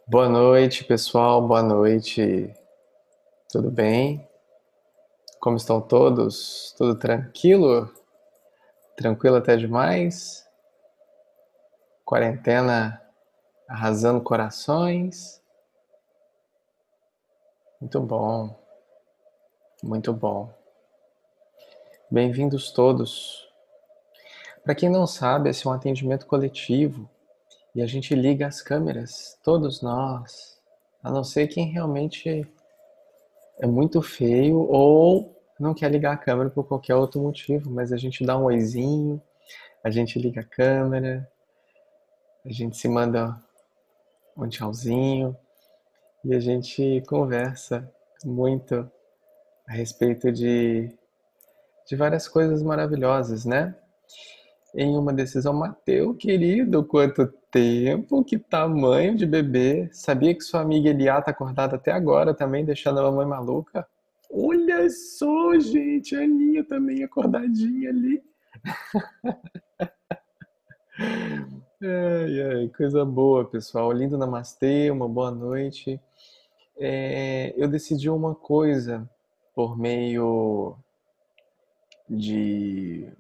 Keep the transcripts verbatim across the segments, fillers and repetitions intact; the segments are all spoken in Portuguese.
Boa noite, pessoal. Boa noite. Tudo bem? Como estão todos? Tudo tranquilo? Tranquilo até demais? Quarentena arrasando corações? Muito bom, muito bom. Bem-vindos todos. Para quem não sabe, esse é um atendimento coletivo e a gente liga as câmeras, todos nós, a não ser quem realmente é muito feio ou não quer ligar a câmera por qualquer outro motivo, mas a gente dá um oizinho, a gente liga a câmera, a gente se manda um tchauzinho e a gente conversa muito a respeito de, de várias coisas maravilhosas, né? Em uma decisão, Mateu, querido, quanto tempo, que tamanho de bebê. Sabia que sua amiga Eliá tá acordada até agora também, deixando a mamãe maluca? Olha só, gente, a Aninha também acordadinha ali. Ai, ai, coisa boa, pessoal. Lindo namastê, uma boa noite. É, eu decidi uma coisa por meio de,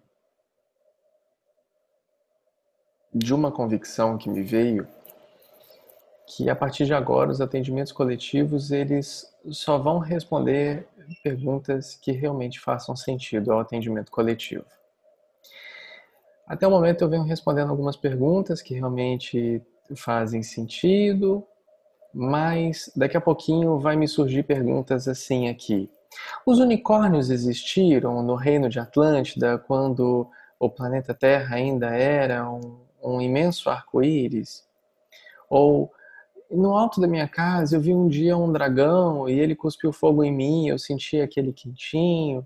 de uma convicção que me veio, que a partir de agora os atendimentos coletivos eles só vão responder perguntas que realmente façam sentido ao atendimento coletivo. Até o momento eu venho respondendo algumas perguntas que realmente fazem sentido, mas daqui a pouquinho vai me surgir perguntas assim aqui. Os unicórnios existiram no reino de Atlântida quando o planeta Terra ainda era um, um imenso arco-íris? Ou no alto da minha casa eu vi um dia um dragão e ele cuspiu fogo em mim, eu senti aquele quentinho.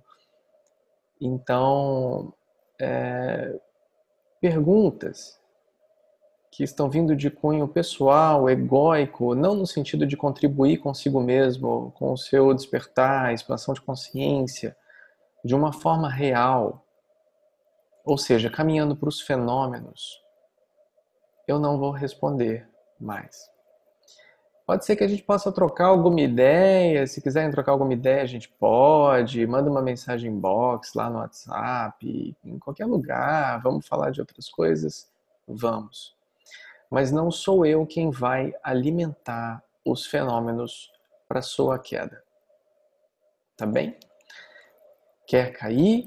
Então, é, perguntas que estão vindo de cunho pessoal, egóico, não no sentido de contribuir consigo mesmo, com o seu despertar, expansão de consciência, de uma forma real, ou seja, caminhando para os fenômenos, eu não vou responder mais. Pode ser que a gente possa trocar alguma ideia, se quiserem trocar alguma ideia a gente pode, manda uma mensagem inbox lá no WhatsApp, em qualquer lugar, vamos falar de outras coisas? Vamos. Mas não sou eu quem vai alimentar os fenômenos para sua queda. Tá bem? Quer cair?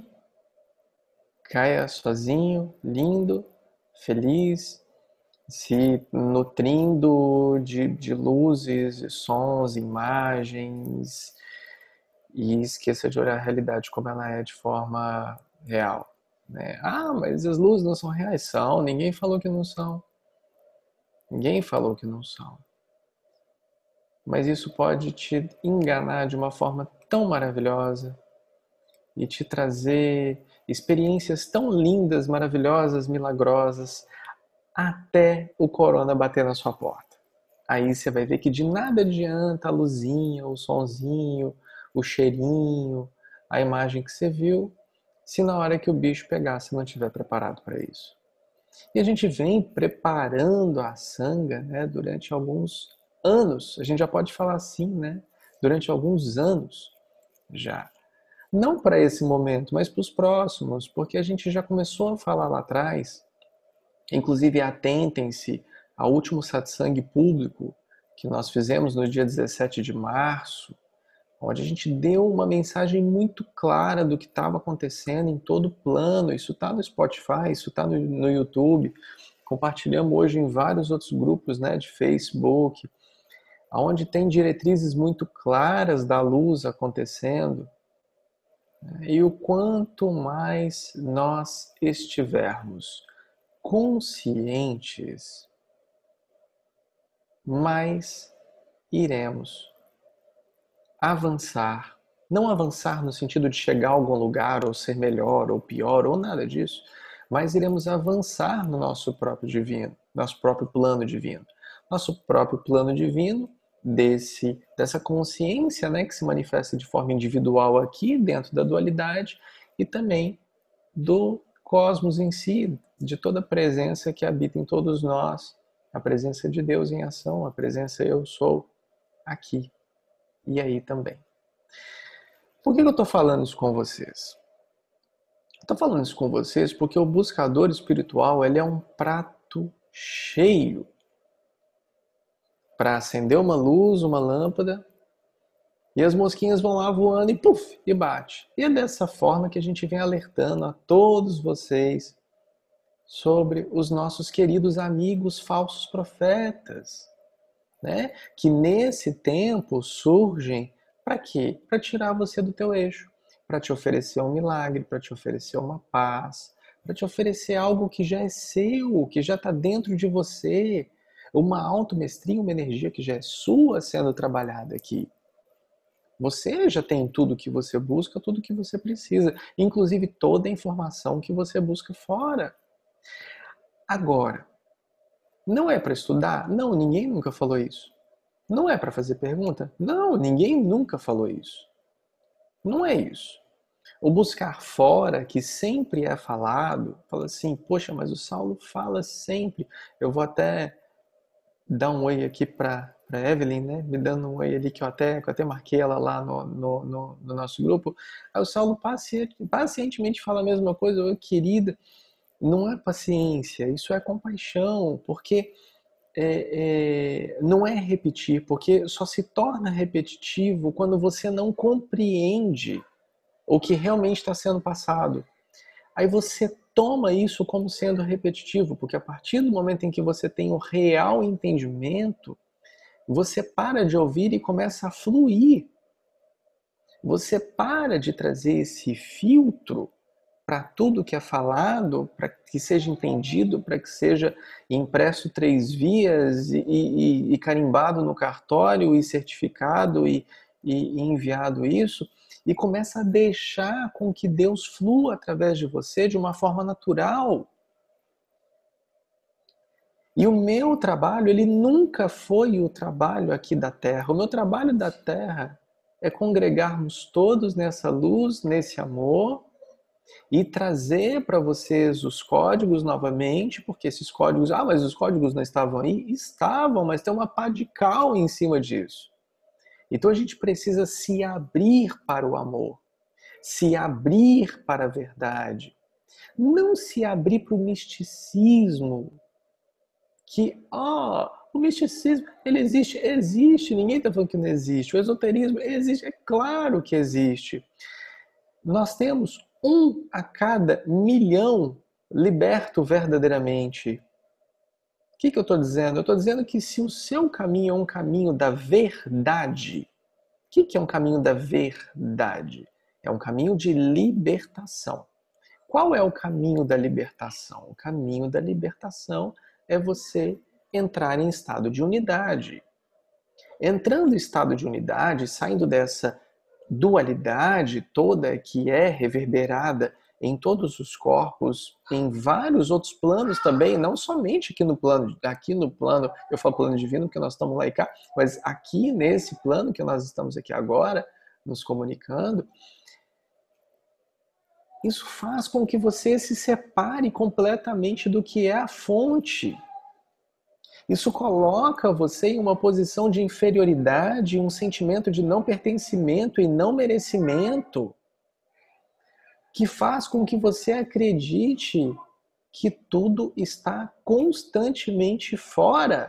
Caia sozinho, lindo, feliz, se nutrindo de, de luzes, sons, imagens e esqueça de olhar a realidade como ela é de forma real. Né? Ah, mas as luzes não são reais. São, ninguém falou que não são. Ninguém falou que não são. Mas isso pode te enganar de uma forma tão maravilhosa e te trazer experiências tão lindas, maravilhosas, milagrosas, até o corona bater na sua porta. Aí você vai ver que de nada adianta a luzinha, o sonzinho, o cheirinho, a imagem que você viu, se na hora que o bicho pegar você não estiver preparado para isso. E a gente vem preparando a sanga, né, durante alguns anos, a gente já pode falar assim, né, durante alguns anos já. Não para esse momento, mas para os próximos, porque a gente já começou a falar lá atrás. Inclusive, atentem-se ao último satsang público que nós fizemos no dia dezessete de março, onde a gente deu uma mensagem muito clara do que estava acontecendo em todo o plano. Isso está no Spotify, isso está no, no YouTube. Compartilhamos hoje em vários outros grupos, né, de Facebook, onde tem diretrizes muito claras da luz acontecendo. E o quanto mais nós estivermos conscientes, mais iremos avançar. Não avançar no sentido de chegar a algum lugar ou ser melhor ou pior ou nada disso, mas iremos avançar no nosso próprio divino, nosso próprio plano divino. Nosso próprio plano divino desse dessa consciência, né, que se manifesta de forma individual aqui dentro da dualidade e também do cosmos em si, de toda a presença que habita em todos nós a presença de Deus em ação, a presença eu sou aqui e aí também. Por que eu estou falando isso com vocês? Estou falando isso com vocês porque o buscador espiritual ele é um prato cheio para acender uma luz, uma lâmpada, e as mosquinhas vão lá voando e puf, e bate. E é dessa forma que a gente vem alertando a todos vocês sobre os nossos queridos amigos falsos profetas, né? Que nesse tempo surgem para quê? Para tirar você do teu eixo, para te oferecer um milagre, para te oferecer uma paz, para te oferecer algo que já é seu, que já está dentro de você, uma automestria, uma energia que já é sua sendo trabalhada aqui. Você já tem tudo que você busca, tudo que você precisa, inclusive toda a informação que você busca fora. Agora, não é para estudar? Não, ninguém nunca falou isso. Não é para fazer pergunta? Não, ninguém nunca falou isso. Não é isso. O buscar fora, que sempre é falado, fala assim, poxa, mas o Saulo fala sempre. Eu vou até dar um oi aqui para a Evelyn, né? Me dando um oi ali que eu até, que eu até marquei ela lá no, no, no, no nosso grupo. Aí o Saulo pacientemente fala a mesma coisa, oi querida. Não é paciência, isso é compaixão, porque é, é, não é repetir, porque só se torna repetitivo quando você não compreende o que realmente está sendo passado. Aí você toma isso como sendo repetitivo, porque a partir do momento em que você tem o real entendimento, você para de ouvir e começa a fluir. Você para de trazer esse filtro para tudo que é falado, para que seja entendido, para que seja impresso três vias e, e, e carimbado no cartório e certificado e, e, e enviado isso, e começa a deixar com que Deus flua através de você de uma forma natural. E o meu trabalho, ele nunca foi o trabalho aqui da Terra. O meu trabalho da Terra é congregarmos todos nessa luz, nesse amor, e trazer para vocês os códigos novamente, porque esses códigos, ah, mas os códigos não estavam aí? Estavam, mas tem uma pá de cal em cima disso. Então a gente precisa se abrir para o amor, se abrir para a verdade, não se abrir para o misticismo, que, ó, oh, o misticismo, ele existe, existe, ninguém está falando que não existe, o esoterismo existe, é claro que existe. Nós temos um a cada milhão liberto verdadeiramente. O que, que eu estou dizendo? Eu estou dizendo que se o seu caminho é um caminho da verdade, o que, que é um caminho da verdade? É um caminho de libertação. Qual é o caminho da libertação? O caminho da libertação é você entrar em estado de unidade. Entrando em estado de unidade, saindo dessa dualidade toda que é reverberada em todos os corpos, em vários outros planos também, não somente aqui no plano, aqui no plano, eu falo plano divino porque nós estamos lá e cá, mas aqui nesse plano que nós estamos aqui agora, nos comunicando, isso faz com que você se separe completamente do que é a fonte. Isso coloca você em uma posição de inferioridade, um sentimento de não pertencimento e não merecimento, que faz com que você acredite que tudo está constantemente fora.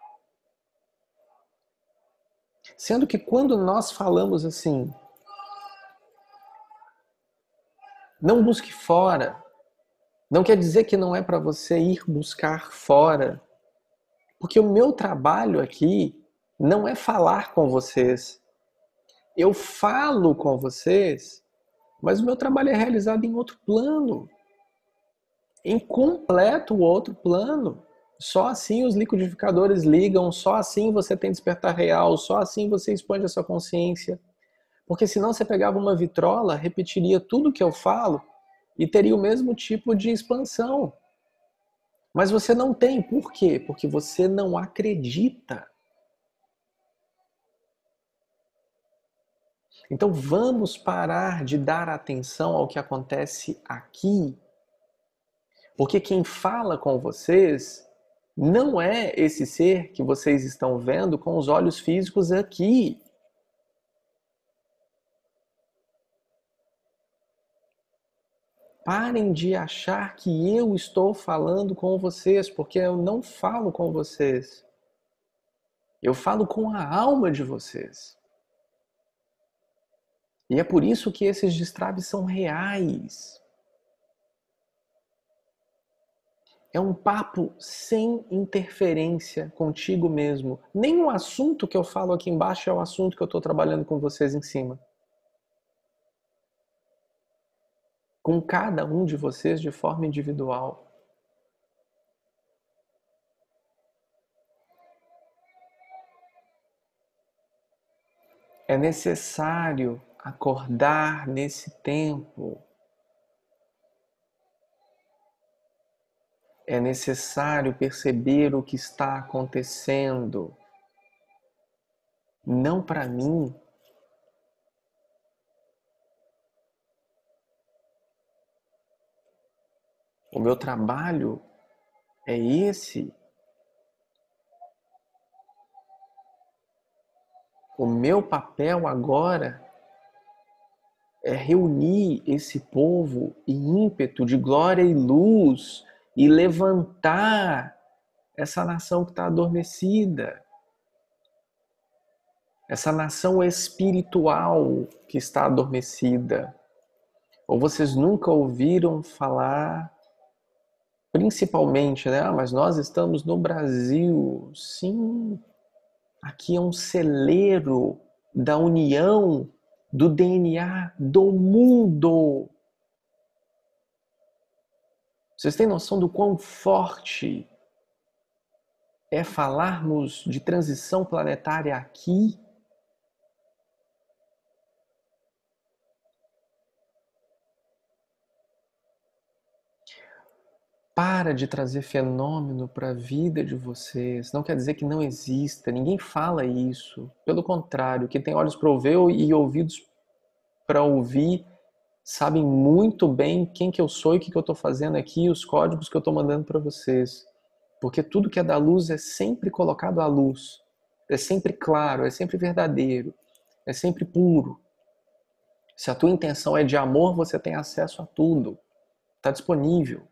Sendo que quando nós falamos assim, não busque fora, não quer dizer que não é para você ir buscar fora. Porque o meu trabalho aqui não é falar com vocês. Eu falo com vocês, mas o meu trabalho é realizado em outro plano. Em completo outro plano. Só assim os liquidificadores ligam, só assim você tem despertar real, só assim você expande a sua consciência. Porque senão você pegava uma vitrola, repetiria tudo que eu falo e teria o mesmo tipo de expansão. Mas você não tem. Por quê? Porque você não acredita. Então vamos parar de dar atenção ao que acontece aqui. Porque quem fala com vocês Não é esse ser que vocês estão vendo com os olhos físicos aqui. Parem de achar que eu estou falando com vocês, porque eu não falo com vocês. Eu falo com a alma de vocês. E é por isso que esses destraves são reais. É um papo sem interferência contigo mesmo. Nem o assunto que eu falo aqui embaixo é o assunto que eu estou trabalhando com vocês em cima. Com cada um de vocês de forma individual. É necessário acordar nesse tempo. É necessário perceber o que está acontecendo. Não para mim. O meu trabalho é esse. O meu papel agora é reunir esse povo em ímpeto de glória e luz e levantar essa nação que está adormecida. Essa nação espiritual que está adormecida. Ou vocês nunca ouviram falar, principalmente, né? Ah, mas nós estamos no Brasil. Sim, aqui é um celeiro da união do D N A do mundo. Vocês têm noção do quão forte é falarmos de transição planetária aqui? Para de trazer fenômeno para a vida de vocês. Não quer dizer que não exista. Ninguém fala isso. Pelo contrário, quem tem olhos para ver e ouvidos para ouvir sabem muito bem quem que eu sou e o que, que eu estou fazendo aqui, os códigos que eu estou mandando para vocês. Porque tudo que é da luz é sempre colocado à luz. É sempre claro, é sempre verdadeiro, é sempre puro. Se a tua intenção é de amor, você tem acesso a tudo. Está disponível.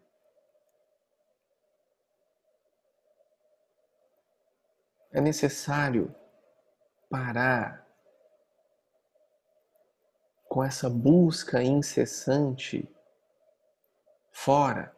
É necessário parar com essa busca incessante fora.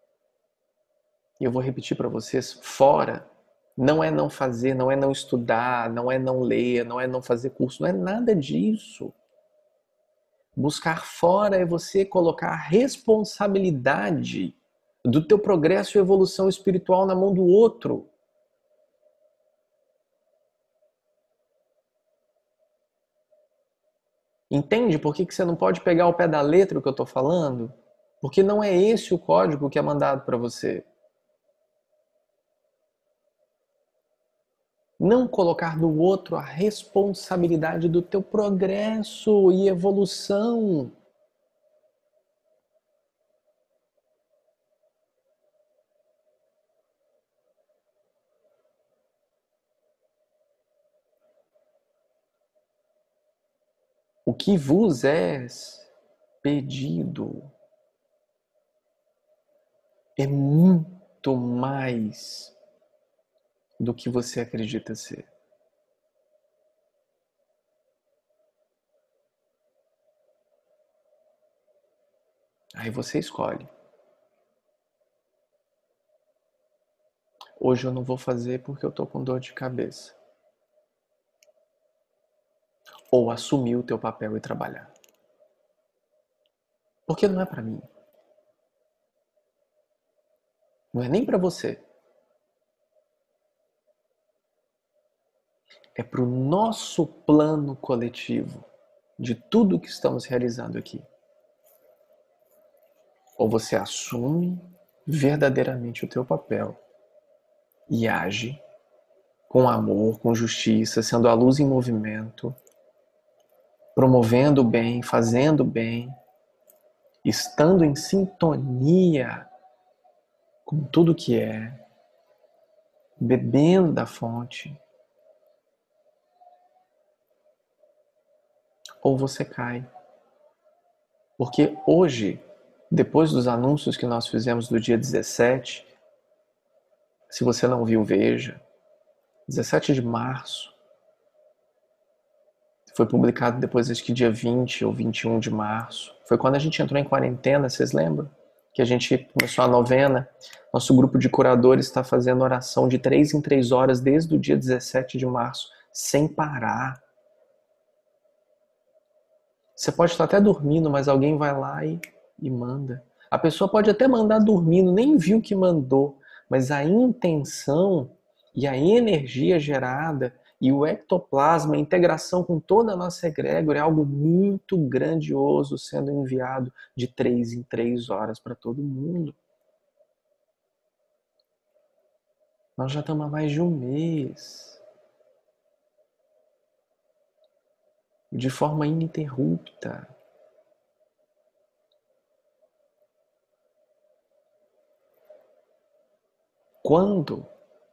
E eu vou repetir para vocês, fora não é não fazer, não é não estudar, não é não ler, não é não fazer curso, não é nada disso. Buscar fora é você colocar a responsabilidade do teu progresso e evolução espiritual na mão do outro. Entende por que você não pode pegar ao pé da letra o que eu estou falando? Porque não é esse o código que é mandado para você. Não colocar no outro a responsabilidade do teu progresso e evolução. O que vos é pedido é muito mais do que você acredita ser. Aí você escolhe. Hoje eu não vou fazer porque eu tô com dor de cabeça. Ou assumir o teu papel e trabalhar. Porque não é para mim. Não é nem para você. É para o nosso plano coletivo de tudo que estamos realizando aqui. Ou você assume verdadeiramente o teu papel e age com amor, com justiça, sendo a luz em movimento, promovendo o bem, fazendo o bem, estando em sintonia com tudo que é, bebendo da fonte, ou você cai. Porque hoje, depois dos anúncios que nós fizemos do dia dezessete, se você não viu, veja, dezessete de março, foi publicado depois, acho que dia vinte ou vinte e um de março. Foi quando a gente entrou em quarentena, vocês lembram? Que a gente começou a novena. Nosso grupo de curadores está fazendo oração de três em três horas desde o dia dezessete de março, sem parar. Você pode estar até dormindo, mas alguém vai lá e, e manda. A pessoa pode até mandar dormindo, nem viu que mandou, mas a intenção e a energia gerada e o ectoplasma, a integração com toda a nossa egrégora é algo muito grandioso sendo enviado de três em três horas para todo mundo. Nós já estamos há mais de um mês, de forma ininterrupta. Quando?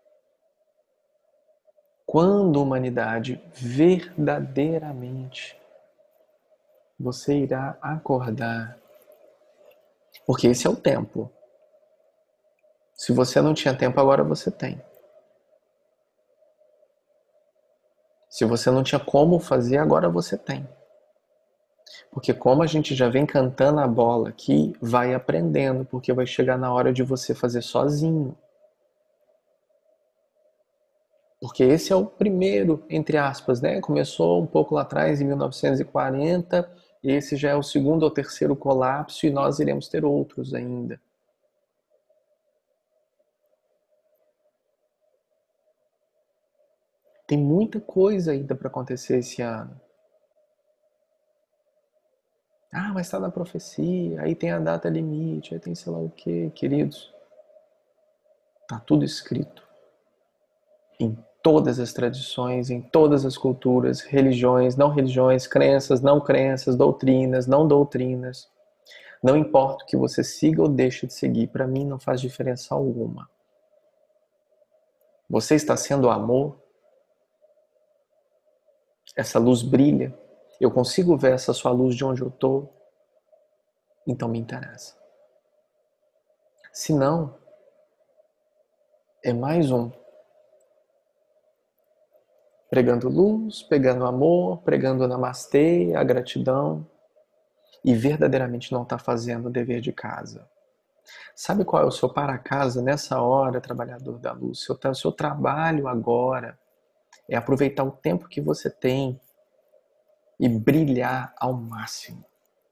Quando, humanidade, verdadeiramente você irá acordar? Porque esse é o tempo. Se você não tinha tempo, agora você tem. Se você não tinha como fazer, agora você tem. Porque como a gente já vem cantando a bola aqui, vai aprendendo, porque vai chegar na hora de você fazer sozinho. Porque esse é o primeiro, entre aspas, né? Começou um pouco lá atrás, em mil novecentos e quarenta, e esse já é o segundo ou terceiro colapso, e nós iremos ter outros ainda. Tem muita coisa ainda para acontecer esse ano. Ah, mas está na profecia, aí tem a data limite, aí tem sei lá o que, queridos. Está tudo escrito. Em todas as tradições, em todas as culturas, religiões, não religiões, crenças, não crenças, doutrinas, não doutrinas. Não importa o que você siga ou deixe de seguir, para mim não faz diferença alguma. Você está sendo amor? Essa luz brilha? Eu consigo ver essa sua luz de onde eu estou? Então me interessa. Se não, é mais um. Pregando luz, pregando amor, pregando namastê, a gratidão, e verdadeiramente não está fazendo o dever de casa. Sabe qual é o seu para-casa nessa hora, trabalhador da luz? O seu trabalho agora é aproveitar o tempo que você tem e brilhar ao máximo.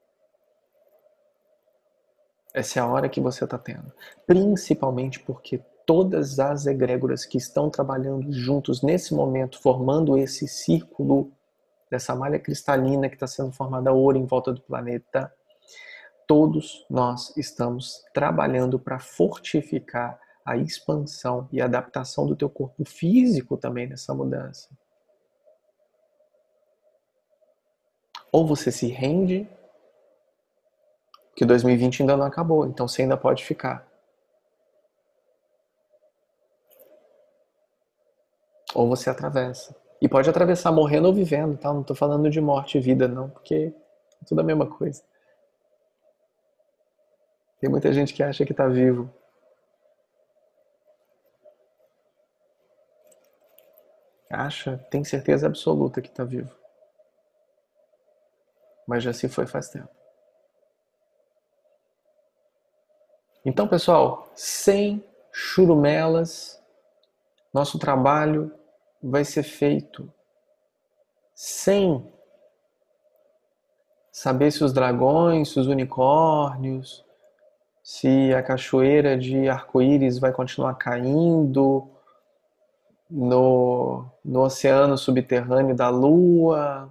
Essa é a hora que você está tendo. Principalmente porque todas as egrégoras que estão trabalhando juntos nesse momento, formando esse círculo dessa malha cristalina que está sendo formada ouro em volta do planeta, todos nós estamos trabalhando para fortificar a expansão e a adaptação do teu corpo físico também nessa mudança. Ou você se rende, que dois mil e vinte ainda não acabou, então você ainda pode ficar. Ou você atravessa. E pode atravessar morrendo ou vivendo, tá? Não estou falando de morte e vida, não, porque é tudo a mesma coisa. Tem muita gente que acha que está vivo. Acha, tem certeza absoluta que está vivo. Mas já se foi faz tempo. Então, pessoal, sem churumelas, nosso trabalho vai ser feito sem saber se os dragões, se os unicórnios, se a cachoeira de arco-íris vai continuar caindo no, no oceano subterrâneo da Lua.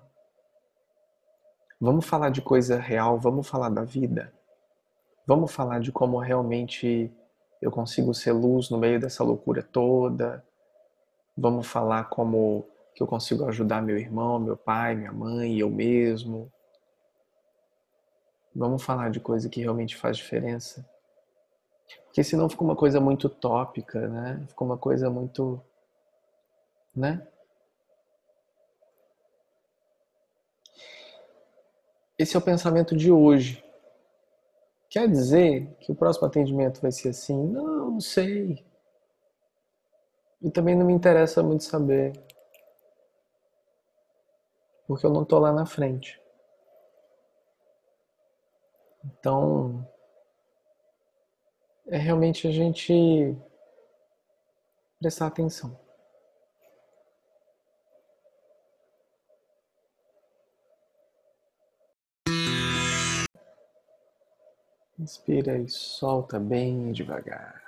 Vamos falar de coisa real, vamos falar da vida. Vamos falar de como realmente eu consigo ser luz no meio dessa loucura toda. Vamos falar como que eu consigo ajudar meu irmão, meu pai, minha mãe, eu mesmo. Vamos falar de coisa que realmente faz diferença. Porque senão fica uma coisa muito utópica, né? Fica uma coisa muito, né? Esse é o pensamento de hoje. Quer dizer que o próximo atendimento vai ser assim? Não, não sei. E também não me interessa muito saber. Porque eu não tô lá na frente. Então, é realmente a gente prestar atenção. Inspira e solta bem devagar.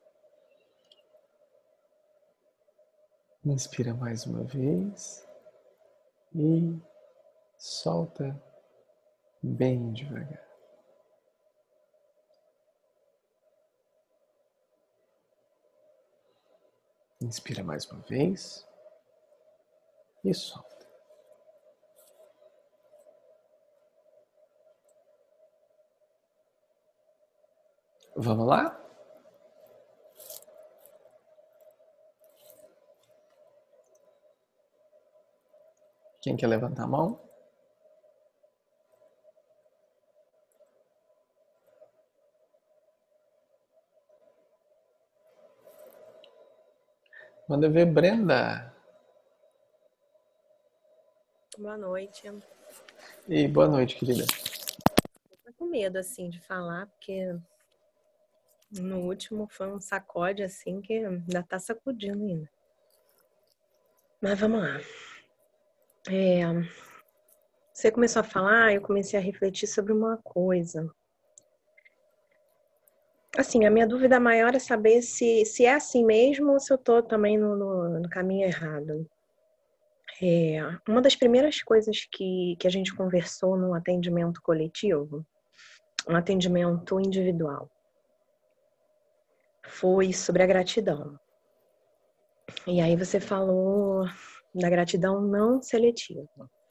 Inspira mais uma vez e solta bem devagar. Inspira mais uma vez e solta. Vamos lá? Quem quer levantar a mão? Manda ver, Brenda. Boa noite. E boa noite, querida. Tô com medo, assim, de falar, porque no último foi um sacode, assim, que ainda tá sacudindo ainda. Mas vamos lá. É, você começou a falar, eu comecei a refletir sobre uma coisa. Assim, a minha dúvida maior é saber se, se é assim mesmo ou se eu tô também no, no, no caminho errado. É, uma das primeiras coisas que, que a gente conversou num atendimento coletivo, um atendimento individual, foi sobre a gratidão. E aí você falou da gratidão não seletiva.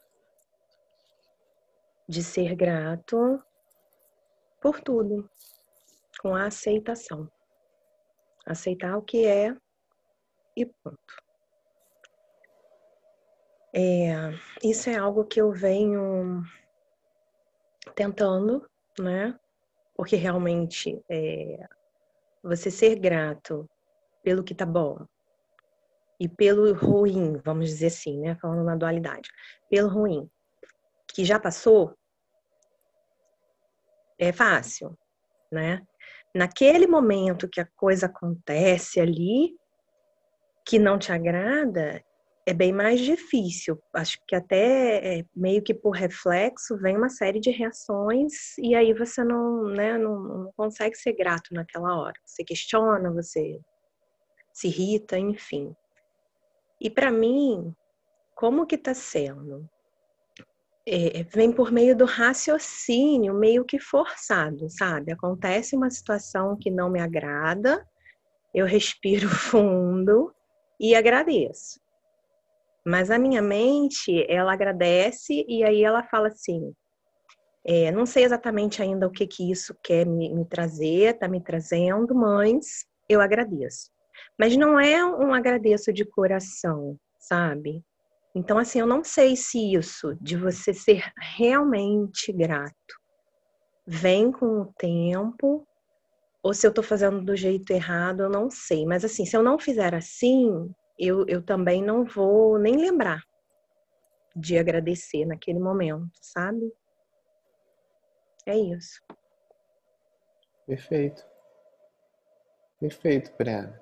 De ser grato por tudo, com a aceitação. Aceitar o que é e pronto. É, isso é algo que eu venho tentando, né? Porque realmente é, você ser grato pelo que tá bom e pelo ruim, vamos dizer assim, né? Falando na dualidade. Pelo ruim, que já passou, é fácil, né? Naquele momento que a coisa acontece ali, que não te agrada, é bem mais difícil. Acho que até é, meio que por reflexo vem uma série de reações e aí você não, né, não, não consegue ser grato naquela hora. Você questiona, você se irrita, enfim. E para mim, como que tá sendo? É, vem por meio do raciocínio, meio que forçado, sabe? Acontece uma situação que não me agrada, eu respiro fundo e agradeço. Mas a minha mente, ela agradece e aí ela fala assim, é, não sei exatamente ainda o que que isso quer me, me trazer, tá me trazendo, mas eu agradeço. Mas não é um agradeço de coração, sabe? Então, assim, eu não sei se isso de você ser realmente grato vem com o tempo ou se eu tô fazendo do jeito errado, eu não sei. Mas, assim, se eu não fizer assim, eu, eu também não vou nem lembrar de agradecer naquele momento, sabe? É isso. Perfeito. Perfeito, Brenda.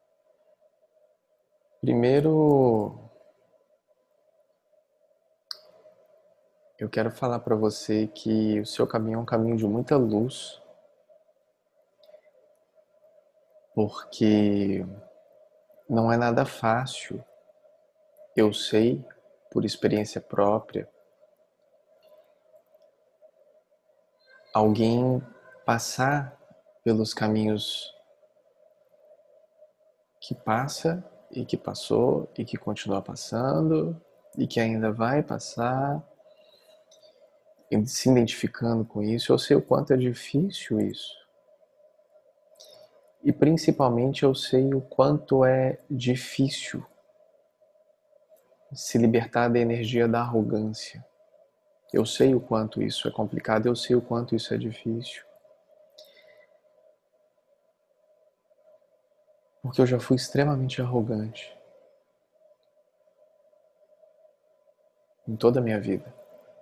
Primeiro, eu quero falar para você que o seu caminho é um caminho de muita luz, porque não é nada fácil. Eu sei, por experiência própria, alguém passar pelos caminhos que passa e que passou e que continua passando e que ainda vai passar, se identificando com isso. Eu sei o quanto é difícil isso. E principalmente eu sei o quanto é difícil se libertar da energia da arrogância. Eu sei o quanto isso é complicado, eu sei o quanto isso é difícil. Porque eu já fui extremamente arrogante em toda a minha vida.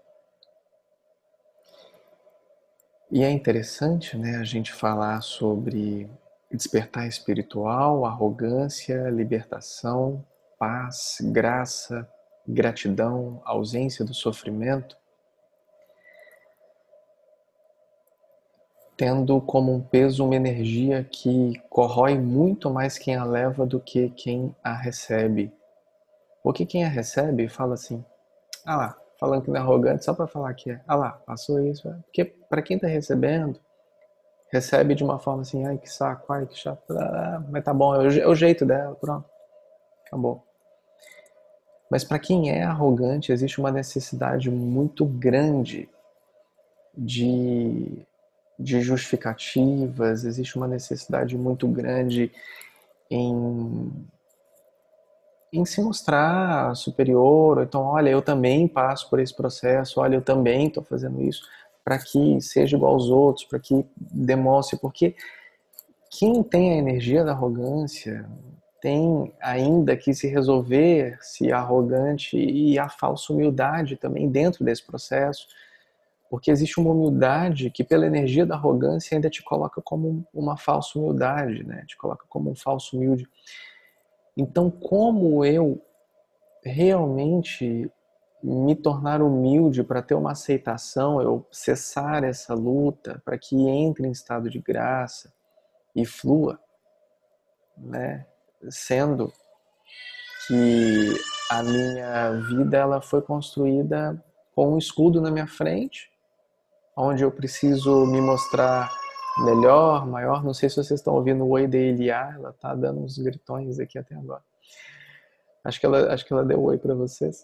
E é interessante, né, a gente falar sobre despertar espiritual, arrogância, libertação, paz, graça, gratidão, ausência do sofrimento, tendo como um peso uma energia que corrói muito mais quem a leva do que quem a recebe. Porque quem a recebe fala assim, ah lá, falando que não é arrogante só para falar que é, ah lá, passou isso. É. Porque para quem está recebendo, recebe de uma forma assim, ai que saco, ai que chato, ah, mas tá bom, é o, é o jeito dela, pronto, acabou. Mas para quem é arrogante, existe uma necessidade muito grande de, de justificativas, existe uma necessidade muito grande em, em se mostrar superior, ou então, olha, eu também passo por esse processo, olha, eu também estou fazendo isso, para que seja igual aos outros, para que demonstre, porque quem tem a energia da arrogância tem ainda que se resolver se arrogante e a falsa humildade também dentro desse processo, porque existe uma humildade que pela energia da arrogância ainda te coloca como uma falsa humildade, né? Te coloca como um falso humilde. Então, como eu realmente me tornar humilde para ter uma aceitação, eu cessar essa luta para que entre em estado de graça e flua, né? Sendo que a minha vida ela foi construída com um escudo na minha frente, onde eu preciso me mostrar melhor, maior. Não sei se vocês estão ouvindo o oi da Eliá, ela tá dando uns gritões aqui até agora. Acho que ela, acho que ela deu oi para vocês.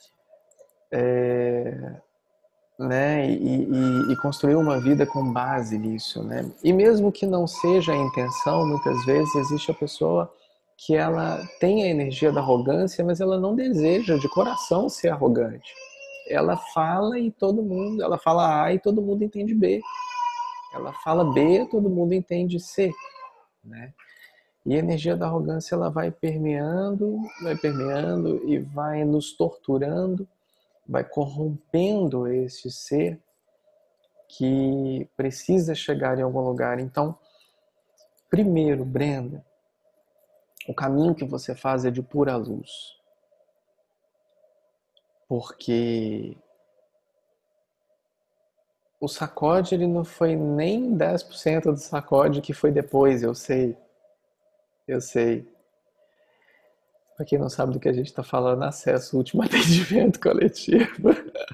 É, né? E, e, e construir uma vida com base nisso, né? E mesmo que não seja a intenção, muitas vezes existe a pessoa que ela tem a energia da arrogância, mas ela não deseja de coração ser arrogante. Ela fala e todo mundo, ela fala A e todo mundo entende B. Ela fala B, todo mundo entende C, né? E a energia da arrogância ela vai permeando, vai permeando e vai nos torturando, vai corrompendo esse ser que precisa chegar em algum lugar. Então, primeiro, Brenda, o caminho que você faz é de pura luz. Porque o sacode ele não foi nem dez por cento do sacode que foi depois, eu sei. Eu sei. Para quem não sabe do que a gente está falando, acesso ao último atendimento coletivo.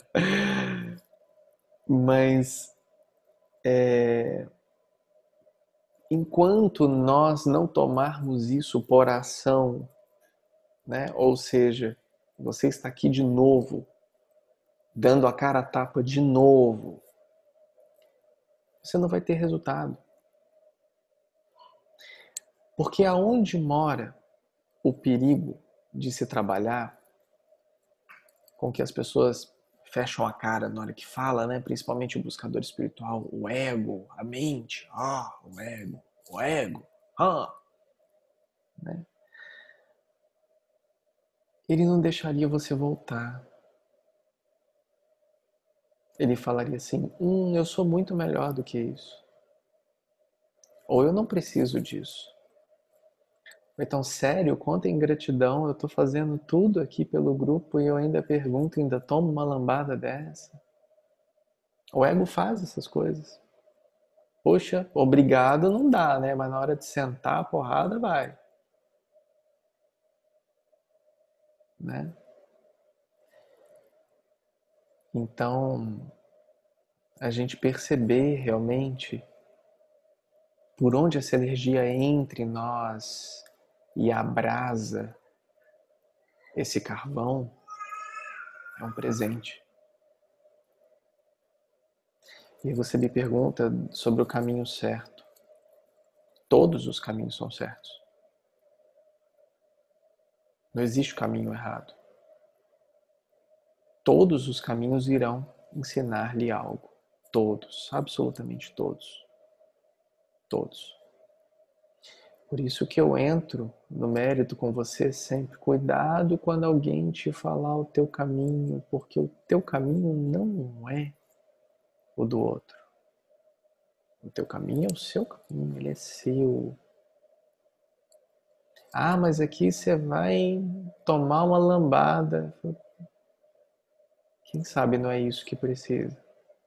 Mas é, enquanto nós não tomarmos isso por ação, né? Ou seja, você está aqui de novo, dando a cara a tapa de novo, você não vai ter resultado. Porque aonde mora o perigo de se trabalhar com que as pessoas fecham a cara na hora que fala, né? Principalmente o buscador espiritual, o ego, a mente, ah, o ego, o ego, ah, né? Ele não deixaria você voltar. Ele falaria assim, hum, eu sou muito melhor do que isso. Ou eu não preciso disso. Então, sério, quanta ingratidão, eu estou fazendo tudo aqui pelo grupo e eu ainda pergunto, ainda tomo uma lambada dessa. O ego faz essas coisas. Poxa, obrigado não dá, né? Mas na hora de sentar a porrada vai. Né? Então, a gente perceber realmente por onde essa energia entra em nós e abrasa esse carvão é um presente. E você me pergunta sobre o caminho certo. Todos os caminhos são certos. Não existe caminho errado. Todos os caminhos irão ensinar-lhe algo. Todos, absolutamente todos. Todos. Por isso que eu entro no mérito com você sempre. Cuidado quando alguém te falar o teu caminho, porque o teu caminho não é o do outro. O teu caminho é o seu caminho, ele é seu. Ah, mas aqui você vai tomar uma lambada. Quem sabe não é isso que precisa.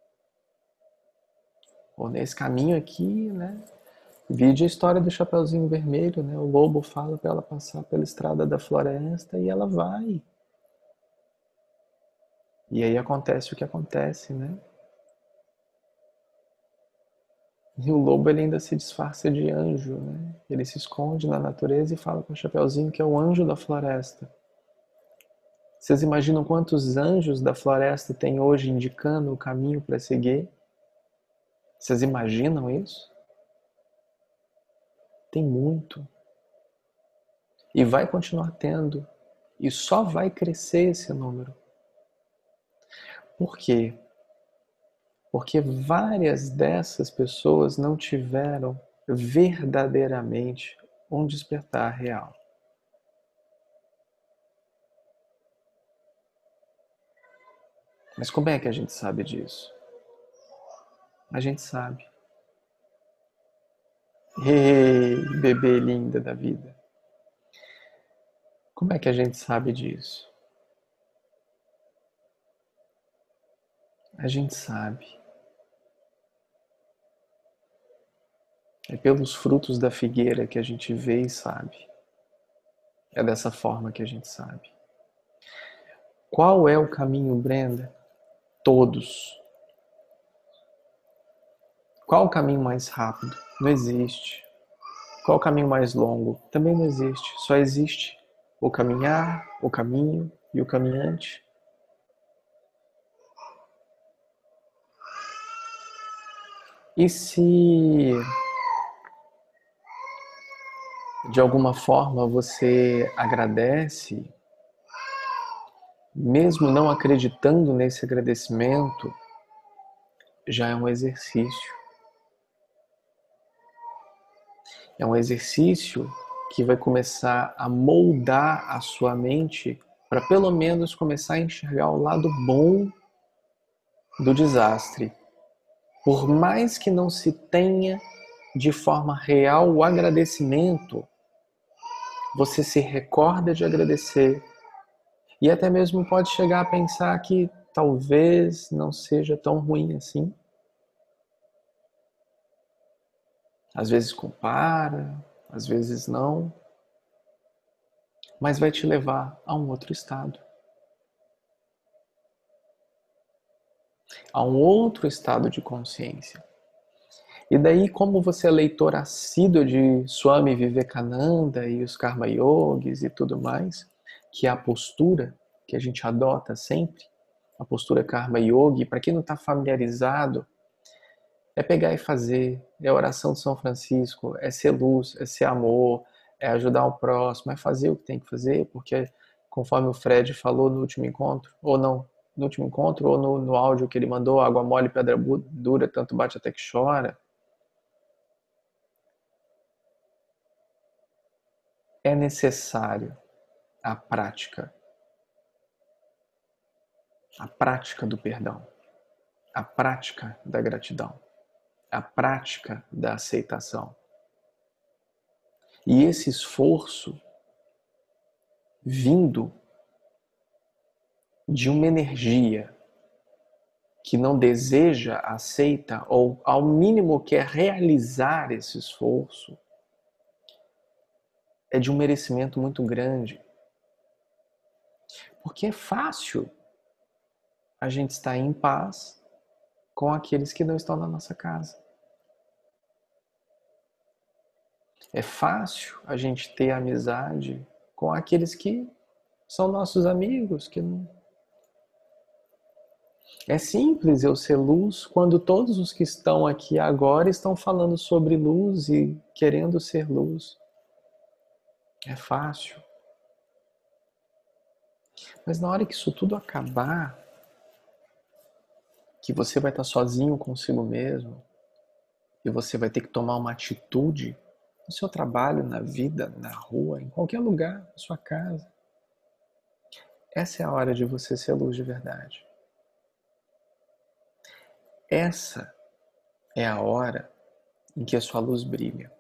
Ou nesse caminho aqui, né? Vide a história do Chapeuzinho Vermelho, né? O lobo fala para ela passar pela estrada da floresta e ela vai. E aí acontece o que acontece, né? E o lobo ele ainda se disfarça de anjo, né? Ele se esconde na natureza e fala com o Chapeuzinho que é o anjo da floresta. Vocês imaginam quantos anjos da floresta tem hoje indicando o caminho para seguir? Vocês imaginam isso? Tem muito. E vai continuar tendo. E só vai crescer esse número. Por quê? Porque várias dessas pessoas não tiveram verdadeiramente um despertar real. Mas como é que a gente sabe disso? A gente sabe. Ei, bebê linda da vida. Como é que a gente sabe disso? A gente sabe. É pelos frutos da figueira que a gente vê e sabe. É dessa forma que a gente sabe. Qual é o caminho, Brenda? Todos. Qual o caminho mais rápido? Não existe. Qual o caminho mais longo? Também não existe. Só existe o caminhar, o caminho e o caminhante. E se de alguma forma você agradece, mesmo não acreditando nesse agradecimento, já é um exercício. É um exercício que vai começar a moldar a sua mente para pelo menos começar a enxergar o lado bom do desastre. Por mais que não se tenha de forma real o agradecimento, você se recorda de agradecer e até mesmo pode chegar a pensar que talvez não seja tão ruim assim. Às vezes compara, às vezes não, mas vai te levar a um outro estado. A um outro estado de consciência. E daí, como você é leitor assíduo de Swami Vivekananda e os Karma Yogis e tudo mais, que é a postura que a gente adota sempre, a postura Karma Yogi, para quem não está familiarizado, é pegar e fazer, é a oração de São Francisco, é ser luz, é ser amor, é ajudar o próximo, é fazer o que tem que fazer, porque conforme o Fred falou no último encontro, ou não, no último encontro, ou no, no áudio que ele mandou, água mole, pedra dura, tanto bate até que chora, é necessário a prática, a prática do perdão, a prática da gratidão, a prática da aceitação. E esse esforço vindo de uma energia que não deseja, aceita ou ao mínimo quer realizar esse esforço, é de um merecimento muito grande. Porque é fácil a gente estar em paz com aqueles que não estão na nossa casa. É fácil a gente ter amizade com aqueles que são nossos amigos, que não... É simples eu ser luz quando todos os que estão aqui agora estão falando sobre luz e querendo ser luz. É fácil. Mas na hora que isso tudo acabar, que você vai estar sozinho consigo mesmo, e você vai ter que tomar uma atitude no seu trabalho, na vida, na rua, em qualquer lugar, na sua casa. Essa é a hora de você ser luz de verdade. Essa é a hora em que a sua luz brilha.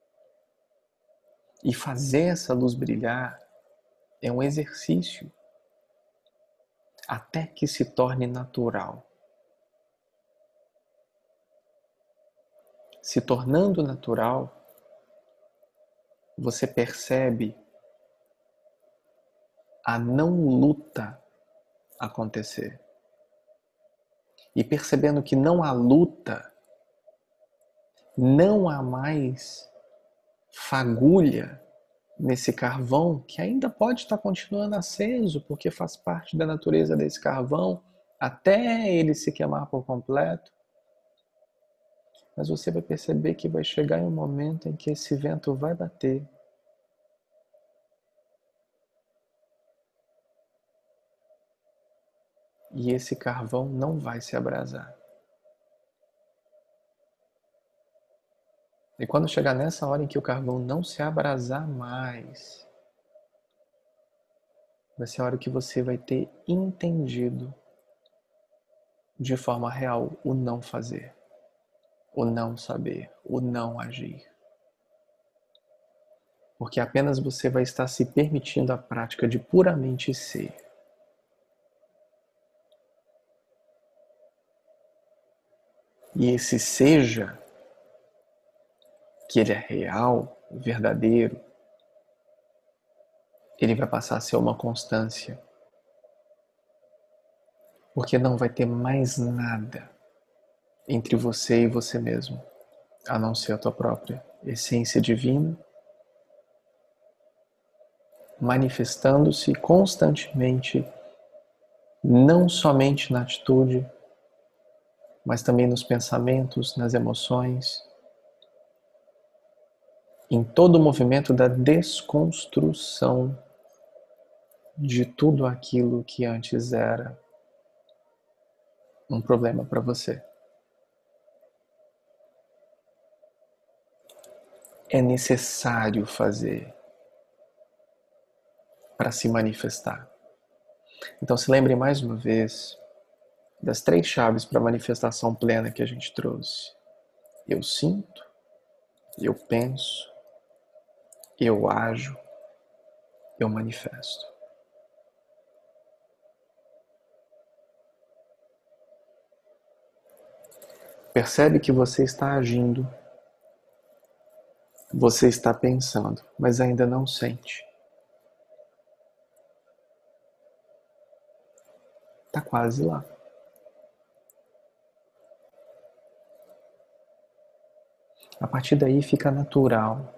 E fazer essa luz brilhar é um exercício até que se torne natural. Se tornando natural, você percebe a não luta acontecer. E percebendo que não há luta, não há mais fagulha nesse carvão que ainda pode estar continuando aceso, porque faz parte da natureza desse carvão, até ele se queimar por completo. Mas você vai perceber que vai chegar em um momento em que esse vento vai bater. E esse carvão não vai se abrasar. E quando chegar nessa hora em que o carvão não se abrasar mais, vai ser a hora que você vai ter entendido de forma real o não fazer, o não saber, o não agir. Porque apenas você vai estar se permitindo a prática de puramente ser. E esse seja, que ele é real, verdadeiro, ele vai passar a ser uma constância. Porque não vai ter mais nada entre você e você mesmo, a não ser a tua própria essência divina, manifestando-se constantemente, não somente na atitude, mas também nos pensamentos, nas emoções, em todo o movimento da desconstrução de tudo aquilo que antes era um problema para você. É necessário fazer para se manifestar. Então se lembre mais uma vez das três chaves para a manifestação plena que a gente trouxe. Eu sinto, eu penso, eu ajo, eu manifesto. Percebe que você está agindo, você está pensando, mas ainda não sente. Está quase lá. A partir daí fica natural.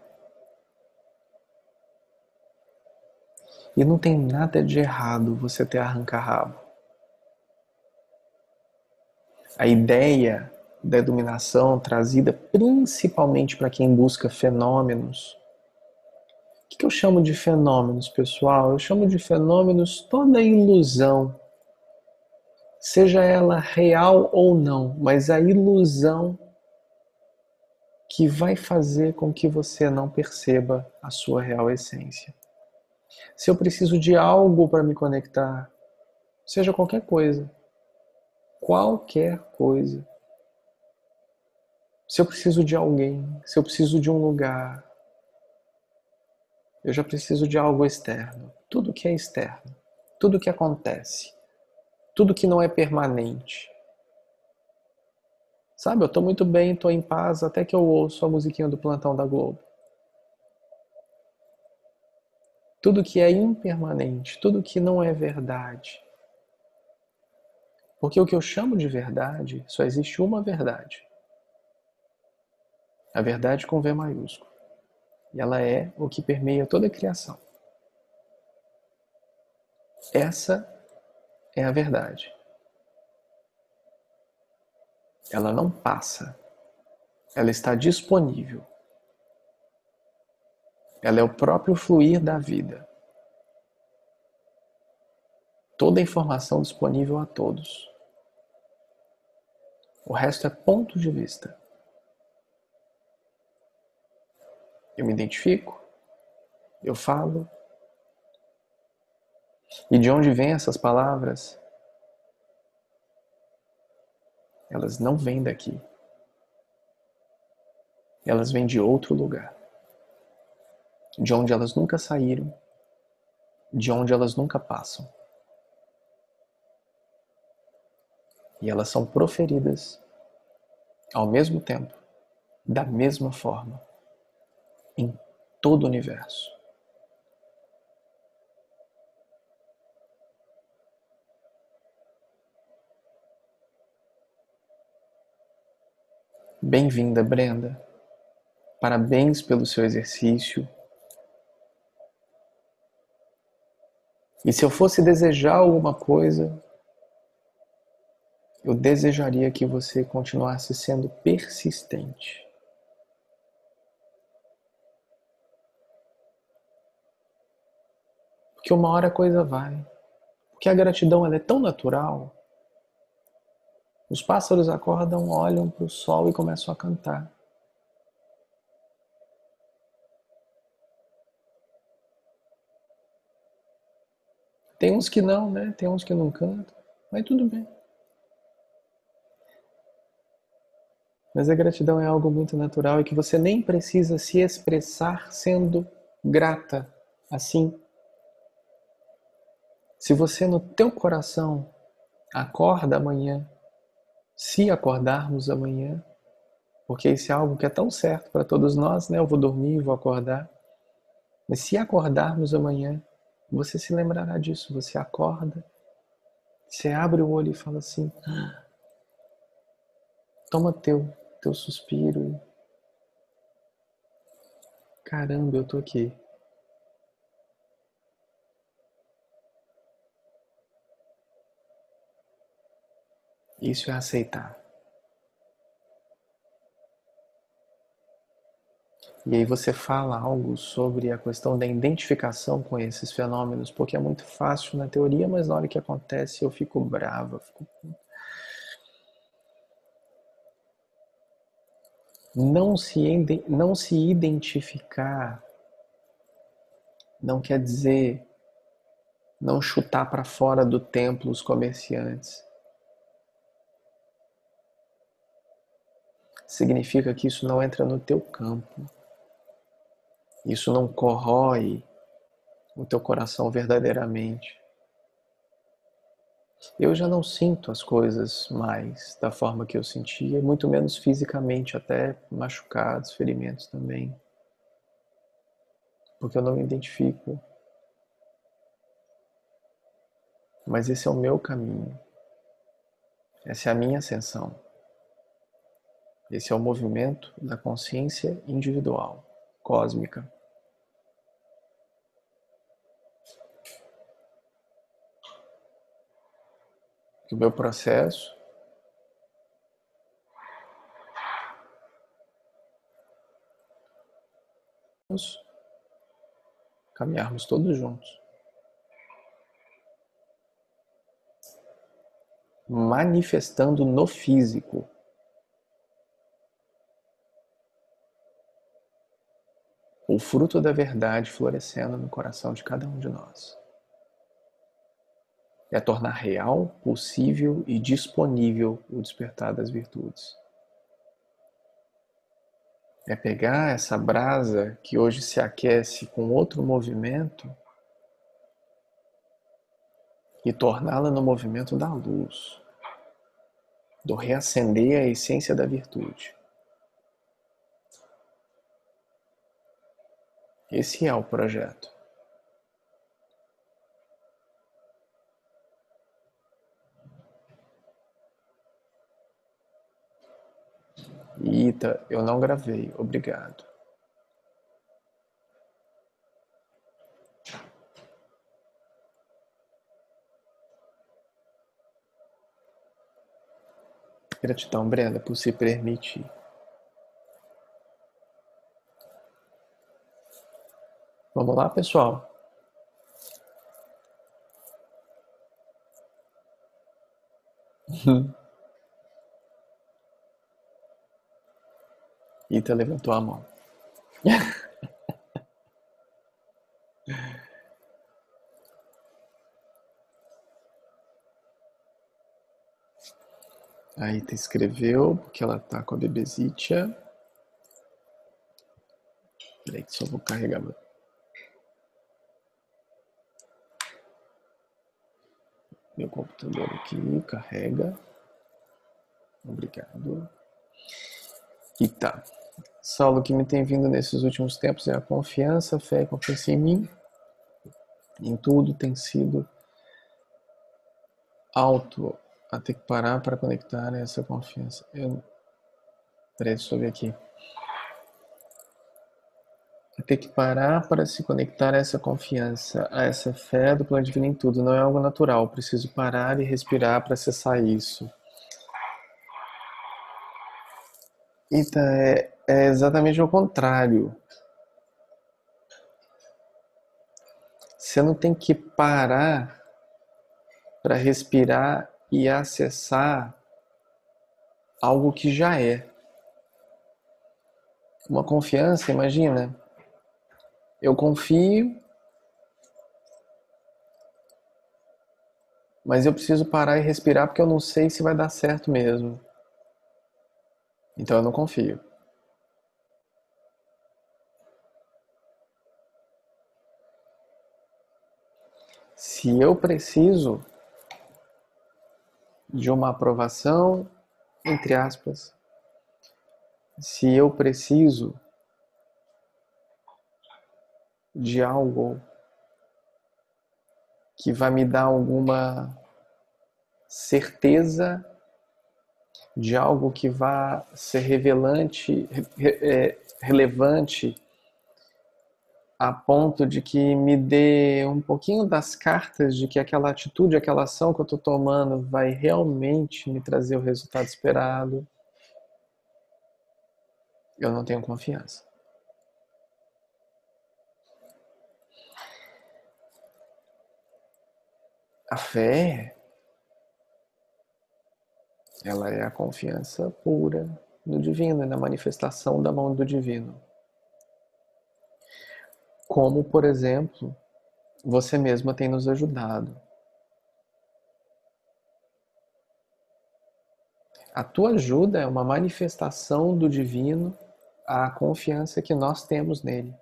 E não tem nada de errado você ter arranca-rabo. A ideia da iluminação trazida principalmente para quem busca fenômenos. O que eu chamo de fenômenos, pessoal? Eu chamo de fenômenos toda ilusão. Seja ela real ou não, mas a ilusão que vai fazer com que você não perceba a sua real essência. Se eu preciso de algo para me conectar, seja qualquer coisa, qualquer coisa. Se eu preciso de alguém, se eu preciso de um lugar, eu já preciso de algo externo. Tudo que é externo, tudo que acontece, tudo que não é permanente. Sabe, eu estou muito bem, estou em paz, até que eu ouço a musiquinha do Plantão da Globo. Tudo que é impermanente, tudo que não é verdade. Porque o que eu chamo de verdade, só existe uma verdade. A verdade com V maiúsculo. E ela é o que permeia toda a criação. Essa é a verdade. ela não passa, ela está disponível. Ela é o próprio fluir da vida. Toda a informação disponível a todos. O resto é ponto de vista. Eu me identifico, eu falo. E de onde vêm essas palavras? Elas não vêm daqui. Elas vêm de outro lugar. De onde elas nunca saíram. De onde elas nunca passam. E elas são proferidas ao mesmo tempo, da mesma forma, em todo o universo. Bem-vinda, Brenda. Parabéns pelo seu exercício. E se eu fosse desejar alguma coisa, eu desejaria que você continuasse sendo persistente. Porque uma hora a coisa vai. Porque a gratidão ela é tão natural. Os pássaros acordam, olham para o sol e começam a cantar. Tem uns que não, né? Tem uns que não cantam. Mas tudo bem. Mas a gratidão é algo muito natural e que você nem precisa se expressar sendo grata assim. Se você no teu coração acorda amanhã, se acordarmos amanhã, porque isso é algo que é tão certo para todos nós, né? Eu vou dormir, vou acordar. Mas se acordarmos amanhã, você se lembrará disso. Você acorda, você abre o olho e fala assim, ah, toma teu, teu suspiro. Caramba, eu tô aqui. Isso é aceitar. E aí você fala algo sobre a questão da identificação com esses fenômenos, porque é muito fácil na teoria, mas na hora que acontece eu fico brava, fico... Não se, não se identificar não quer dizer não chutar para fora do templo os comerciantes. Significa que isso não entra no teu campo. Isso não corrói o teu coração verdadeiramente. Eu já não sinto as coisas mais da forma que eu sentia, muito menos fisicamente, até machucados, ferimentos também. Porque eu não me identifico. Mas esse é o meu caminho. Essa é a minha ascensão. Esse é o movimento da consciência individual, cósmica. O meu processo caminharmos todos juntos, manifestando no físico o fruto da verdade florescendo no coração de cada um de nós. É tornar real, possível e disponível o despertar das virtudes. É pegar essa brasa que hoje se aquece com outro movimento e torná-la no movimento da luz, do reacender a essência da virtude. Esse é o projeto. Ita, eu não gravei, obrigado. Gratidão, Brenda, por se permitir. Vamos lá, pessoal? Ita levantou a mão. A Ita escreveu, porque ela tá com a bebezitia. Peraí que só vou carregar meu... meu computador aqui. Carrega. Obrigado. E tá. Saulo, que me tem vindo nesses últimos tempos é a confiança, a fé e confiança em mim. Em tudo tem sido alto a ter que parar para conectar essa confiança. Eu... Peraí, deixa eu ver aqui. A ter que parar para se conectar a essa confiança, a essa fé do plano divino em tudo. Não é algo natural. Preciso parar e respirar para acessar isso. Então, é, é exatamente o contrário. Você não tem que parar para respirar e acessar algo que já é. Uma confiança, imagina. Eu confio, mas eu preciso parar e respirar porque eu não sei se vai dar certo mesmo. Então eu não confio. Se eu preciso de uma aprovação, entre aspas, se eu preciso de algo que vai me dar alguma certeza, de algo que vai ser revelante, é, relevante, a ponto de que me dê um pouquinho das cartas de que aquela atitude, aquela ação que eu estou tomando vai realmente me trazer o resultado esperado, eu não tenho confiança. A fé, ela é a confiança pura no divino, na manifestação da mão do divino. Como, por exemplo, você mesma tem nos ajudado. A tua ajuda é uma manifestação do divino, a confiança que nós temos nele.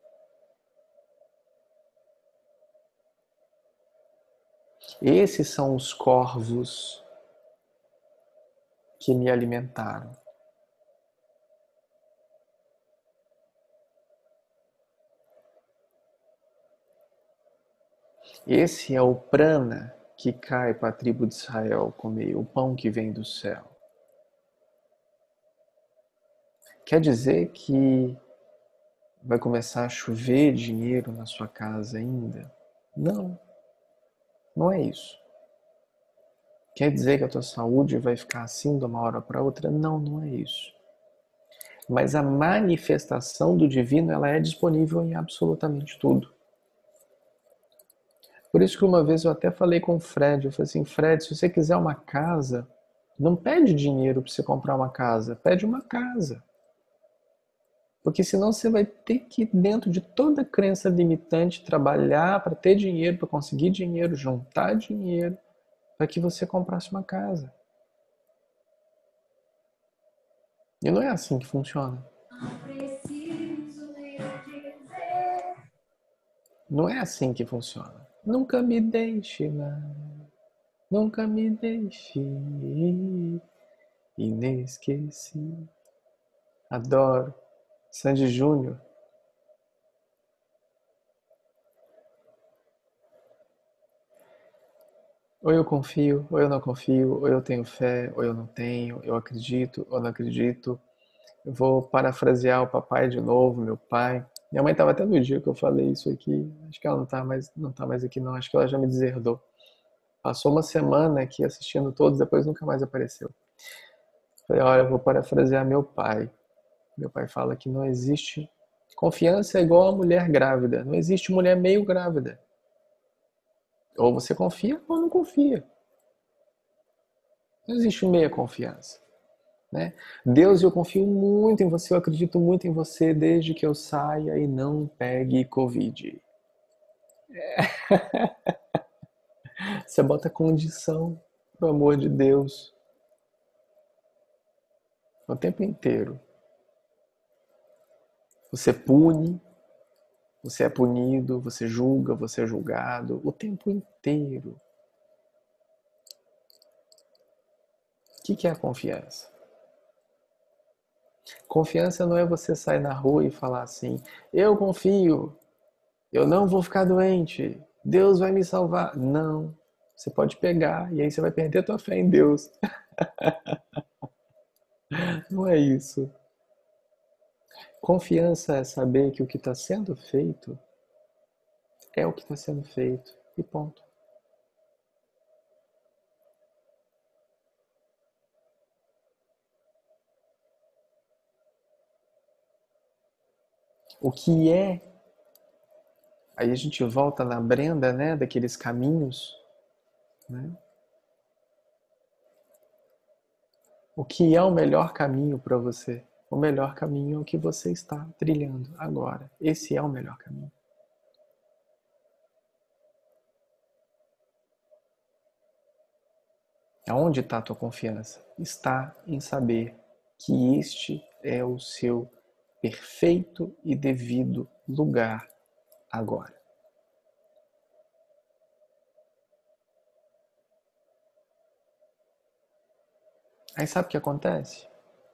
Esses são os corvos que me alimentaram. Esse é o prana que cai para a tribo de Israel comer, o pão que vem do céu. Quer dizer que vai começar a chover dinheiro na sua casa ainda? Não, não é isso. Quer dizer que a tua saúde vai ficar assim de uma hora para outra? Não, não é isso. Mas a manifestação do divino, ela é disponível em absolutamente tudo. Por isso que uma vez eu até falei com o Fred, eu falei assim, Fred, se você quiser uma casa, não pede dinheiro para você comprar uma casa, pede uma casa. Porque senão você vai ter que, dentro de toda crença limitante, trabalhar para ter dinheiro, para conseguir dinheiro, juntar dinheiro, para que você comprasse uma casa. E não é assim que funciona. Não é assim que funciona. Nunca me deixe mais, nunca me deixe inesquecido. Adoro. Sandy Júnior. Ou eu confio, ou eu não confio, ou eu tenho fé, ou eu não tenho, eu acredito, ou não acredito. Eu vou parafrasear o papai de novo, meu pai. Minha mãe estava até no dia que eu falei isso aqui. Acho que ela não está mais, não tá mais aqui não, acho que ela já me deserdou. Passou uma semana aqui assistindo todos, depois nunca mais apareceu. Falei, olha, eu vou parafrasear meu pai. Meu pai fala que não existe confiança é igual a mulher grávida. Não existe mulher meio grávida. Ou você confia ou não confia. Não existe meia confiança. Né? Deus, eu confio muito em você, eu acredito muito em você desde que eu saia e não pegue Covid. Você bota condição pro amor de Deus o tempo inteiro. Você pune, você é punido, você julga, você é julgado o tempo inteiro. O que, que é a confiança? Confiança não é você sair na rua e falar assim, eu confio, eu não vou ficar doente, Deus vai me salvar. Não, você pode pegar e aí você vai perder a tua fé em Deus. Não é isso. Confiança é saber que o que está sendo feito é o que está sendo feito e ponto. O que é, aí a gente volta na Brenda, né, daqueles caminhos, né? O que é o melhor caminho para você? O melhor caminho é o que você está trilhando agora. Esse é o melhor caminho. Aonde está a tua confiança? Está em saber que este é o seu perfeito e devido lugar agora. Aí sabe o que acontece?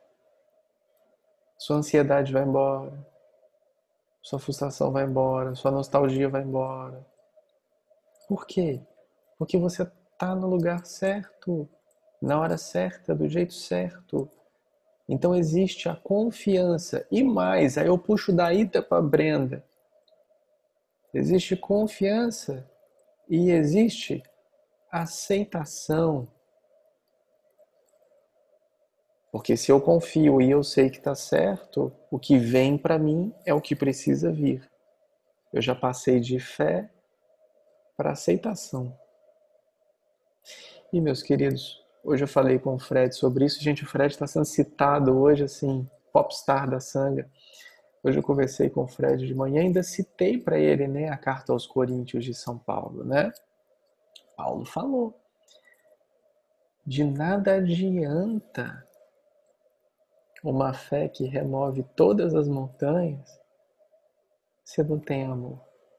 Sua ansiedade vai embora, sua frustração vai embora, sua nostalgia vai embora. Por quê? Porque você está no lugar certo, na hora certa, do jeito certo. Então existe a confiança. E mais, aí eu puxo da Ida para a Brenda. Existe confiança e existe aceitação. Porque se eu confio e eu sei que está certo, o que vem para mim é o que precisa vir. Eu já passei de fé para aceitação. E meus queridos, hoje eu falei com o Fred sobre isso. Gente, o Fred está sendo citado hoje, assim, popstar da Sangha. Hoje eu conversei com o Fred de manhã e ainda citei para ele, né, a carta aos Coríntios de São Paulo, né? Paulo falou. De nada adianta uma fé que remove todas as montanhas se não tem amor.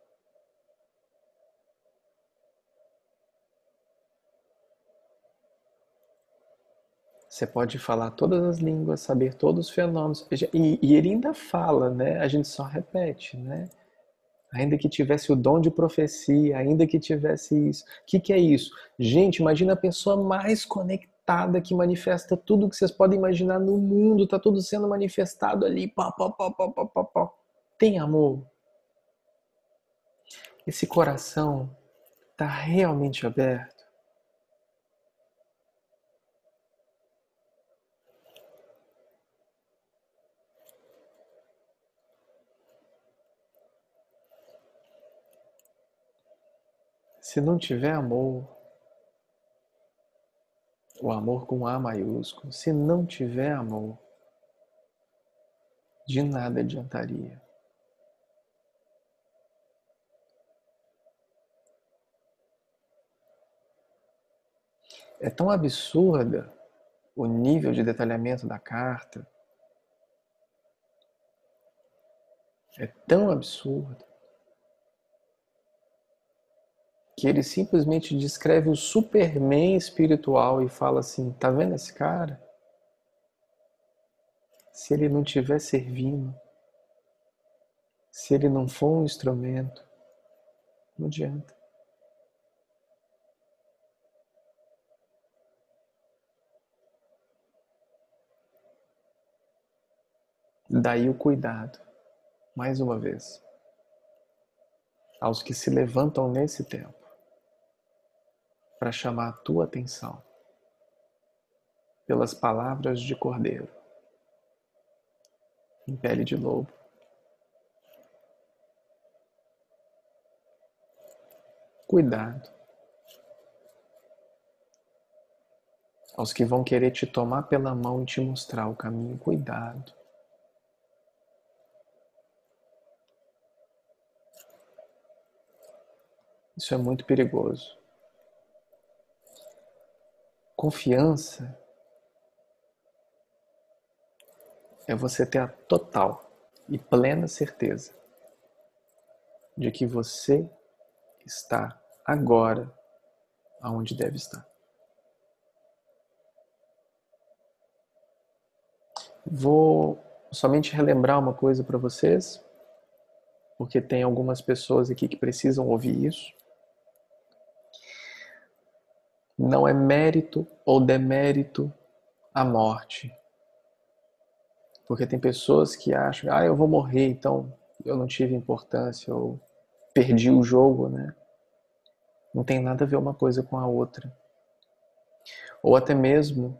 Você pode falar todas as línguas, saber todos os fenômenos. E, e ele ainda fala, né? A gente só repete, né? Ainda que tivesse o dom de profecia, ainda que tivesse isso. O que, que é isso? Gente, imagina a pessoa mais conectada que manifesta tudo que vocês podem imaginar no mundo. Está tudo sendo manifestado ali. Pá, pá, pá, pá, pá, pá, pá. Tem amor? Esse coração está realmente aberto? Se não tiver amor, o amor com A maiúsculo, se não tiver amor, de nada adiantaria. É tão absurda o nível de detalhamento da carta, é tão absurdo, que ele simplesmente descreve o Superman espiritual e fala assim, tá vendo esse cara? Se ele não estiver servindo, se ele não for um instrumento, não adianta. Daí o cuidado, mais uma vez, aos que se levantam nesse tempo para chamar a tua atenção. pelas palavras de cordeiro, em pele de lobo. Cuidado. Aos que vão querer te tomar pela mão e te mostrar o caminho, cuidado. Isso é muito perigoso. Confiança é você ter a total e plena certeza de que você está agora aonde deve estar. Vou somente relembrar uma coisa para vocês, porque tem algumas pessoas aqui que precisam ouvir isso. Não é mérito ou demérito a morte. Porque tem pessoas que acham, ah, eu vou morrer, então eu não tive importância, eu perdi o jogo, né? Não tem nada a ver uma coisa com a outra. Ou até mesmo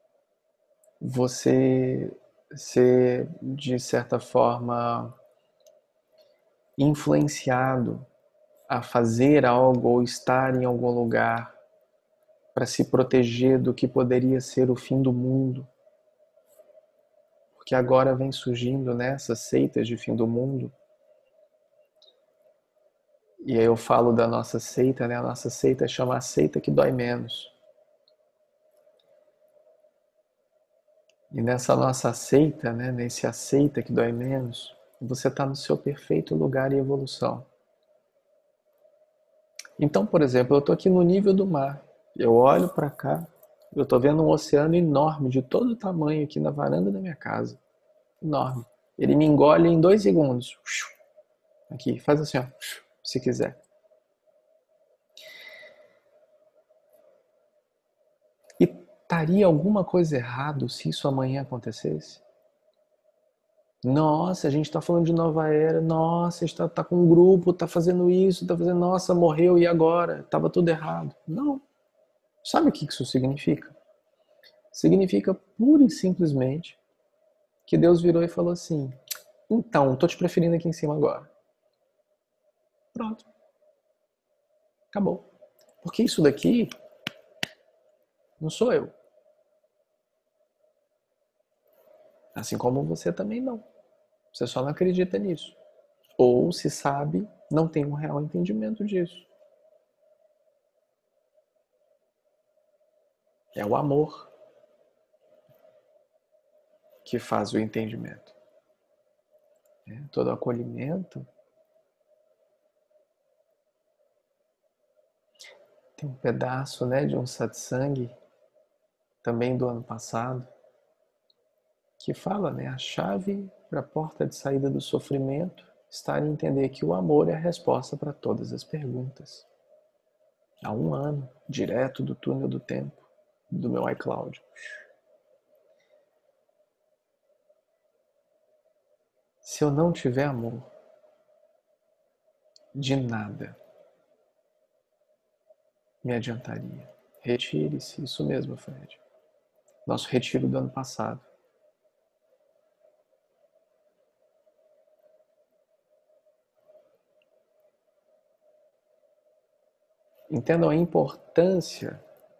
você ser, de certa forma, influenciado a fazer algo ou estar em algum lugar para se proteger do que poderia ser o fim do mundo. Porque agora vem surgindo nessas seitas de fim do mundo. E aí eu falo da nossa seita, né? A nossa seita chama a seita que dói menos. E nessa nossa seita, né? Nesse aceita que dói menos, você está no seu perfeito lugar e evolução. Então, por exemplo, eu estou aqui no nível do mar. Eu olho para cá, eu estou vendo um oceano enorme, de todo tamanho aqui na varanda da minha casa. Enorme. Ele me engole em dois segundos. Aqui, faz assim, ó, se quiser. E estaria alguma coisa errado se isso amanhã acontecesse? Nossa, a gente está falando de nova era. Nossa, a gente está tá com um grupo, está fazendo isso, está fazendo... Nossa, morreu e agora? Estava tudo errado. Não. Sabe o que isso significa? Significa pura e simplesmente que Deus virou e falou assim, então, estou te preferindo aqui em cima agora. Pronto. Acabou. Porque isso daqui não sou eu. Assim como você também não. Você só não acredita nisso. Ou, se sabe, não tem um real entendimento disso. É o amor que faz o entendimento. É, todo acolhimento. Tem um pedaço, né, de um satsang, também do ano passado, que fala, né, a chave para a porta de saída do sofrimento está em entender que o amor é a resposta para todas as perguntas. Há um ano, direto do túnel do tempo, do meu iCloud. Se eu não tiver amor, de nada me adiantaria. Retire-se, isso mesmo, Fred. Nosso retiro do ano passado. Entendam a importância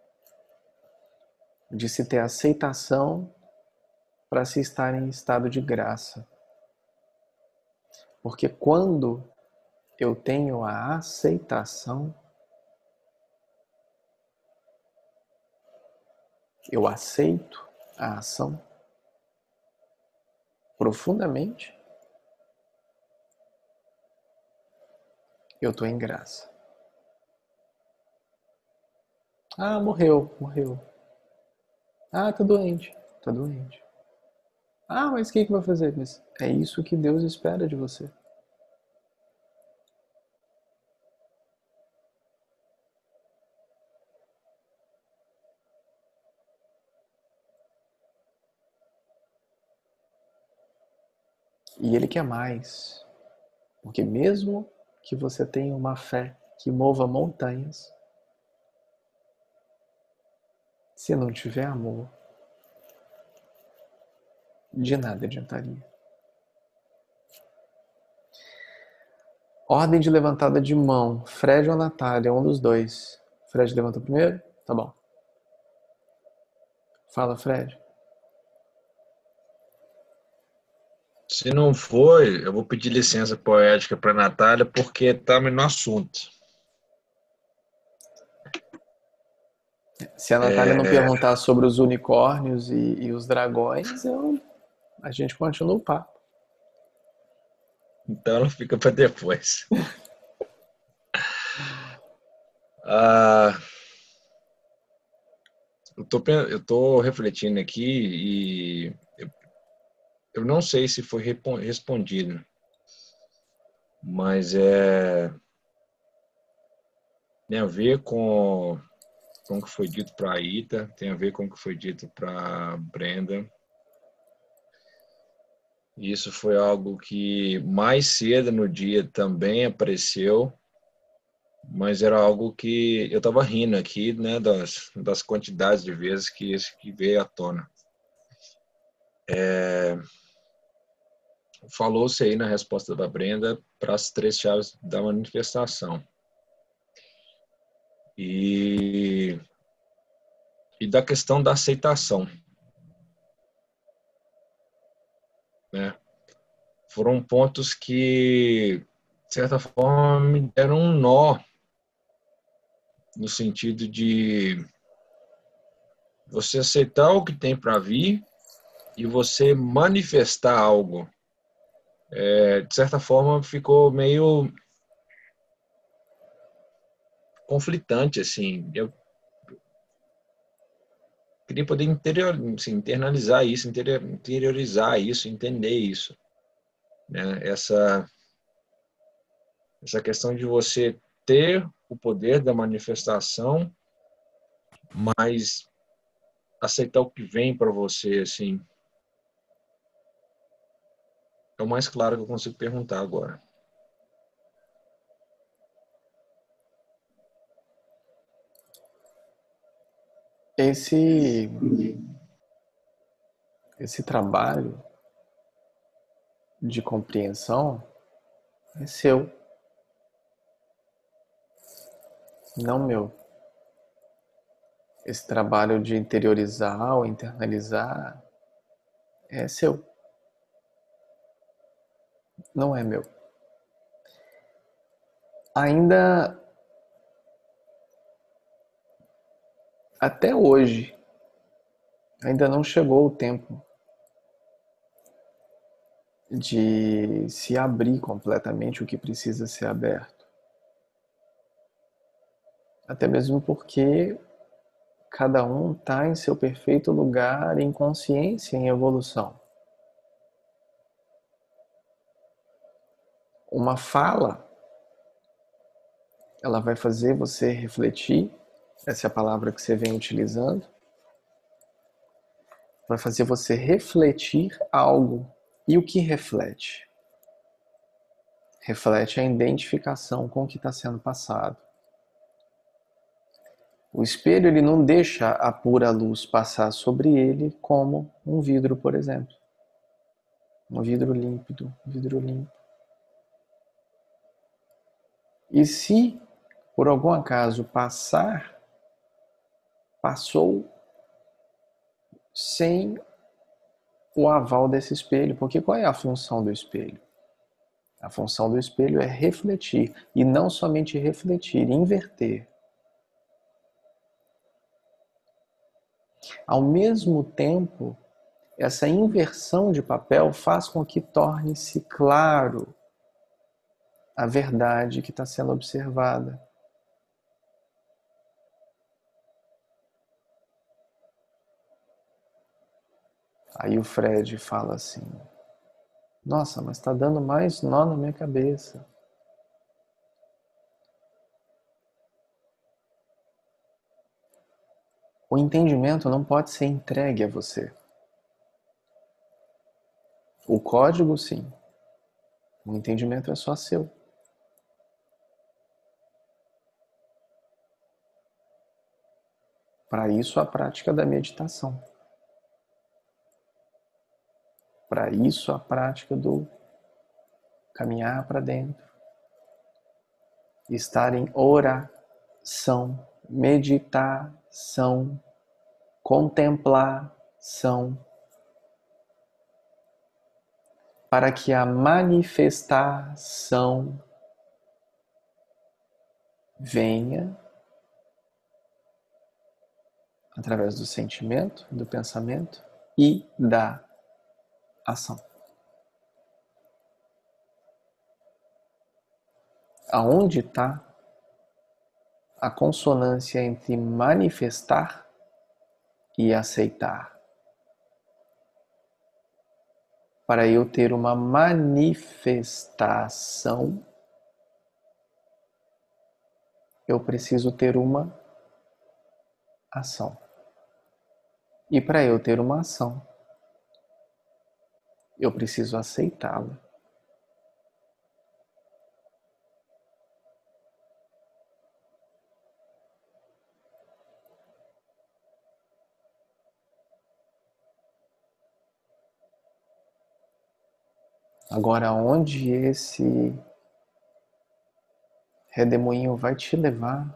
de se ter aceitação para se estar em estado de graça. Porque quando eu tenho a aceitação, eu aceito a ação profundamente, eu estou em graça. Ah, morreu, morreu. Ah, tá doente, tá doente. Ah, mas o que que vai fazer? Mas é isso que Deus espera de você. E Ele quer mais. Porque mesmo que você tenha uma fé que mova montanhas, se não tiver amor, De nada adiantaria. Ordem de levantada de mão. Fred ou Natália? Um dos dois. Fred levanta primeiro? Tá bom. Fala, Fred. Se não for, eu vou pedir licença poética para a Natália, porque estamos no assunto. Se a Natália É... não perguntar sobre os unicórnios e, e os dragões, eu, a gente continua o papo. Então ela fica para depois. ah, eu tô, eu tô refletindo aqui e eu, eu não sei se foi respondido, mas é, tem a ver com, com o que foi dito para a Ita, tem a ver com o que foi dito para a Brenda. Isso foi algo que mais cedo no dia também apareceu, mas era algo que eu estava rindo aqui, né, das, das quantidades de vezes que isso que veio à tona. É, falou-se aí na resposta da Brenda para as três chaves da manifestação. E, e da questão da aceitação. Né? Foram pontos que, de certa forma, me deram um nó, no sentido de você aceitar o que tem para vir e você manifestar algo. É, de certa forma, ficou meio conflitante, assim. Eu queria poder interior, assim, internalizar isso, interiorizar isso, entender isso. Né? Essa, essa questão de você ter o poder da manifestação, mas aceitar o que vem para você, assim. É o mais claro que eu consigo perguntar agora. Esse, esse trabalho de compreensão é seu, não meu. Esse trabalho de interiorizar ou internalizar é seu, não é meu. Ainda até hoje, ainda não chegou o tempo de se abrir completamente o que precisa ser aberto. Até mesmo porque cada um está em seu perfeito lugar, em consciência, em evolução. Uma fala, ela vai fazer você refletir, essa é a palavra que você vem utilizando, vai fazer você refletir algo. E o que reflete? Reflete a identificação com o que está sendo passado. O espelho ele não deixa a pura luz passar sobre ele como um vidro, por exemplo. Um vidro límpido, um vidro limpo. E se, por algum acaso, passar, passou sem o aval desse espelho. Porque qual é a função do espelho? A função do espelho é refletir. E não somente refletir, inverter. Ao mesmo tempo, essa inversão de papel faz com que torne-se claro a verdade que está sendo observada. Aí o Fred fala assim: nossa, mas está dando mais nó na minha cabeça. O entendimento não pode ser entregue a você. O código, sim. O entendimento é só seu. Para isso, a prática da meditação. Para isso, a prática do caminhar para dentro, estar em oração, meditação, contemplação, para que a manifestação venha através do sentimento, do pensamento e da ação. Aonde está a consonância entre manifestar e aceitar? Para eu ter uma manifestação, eu preciso ter uma ação. E para eu ter uma ação, eu preciso aceitá-la. Agora, onde esse redemoinho vai te levar?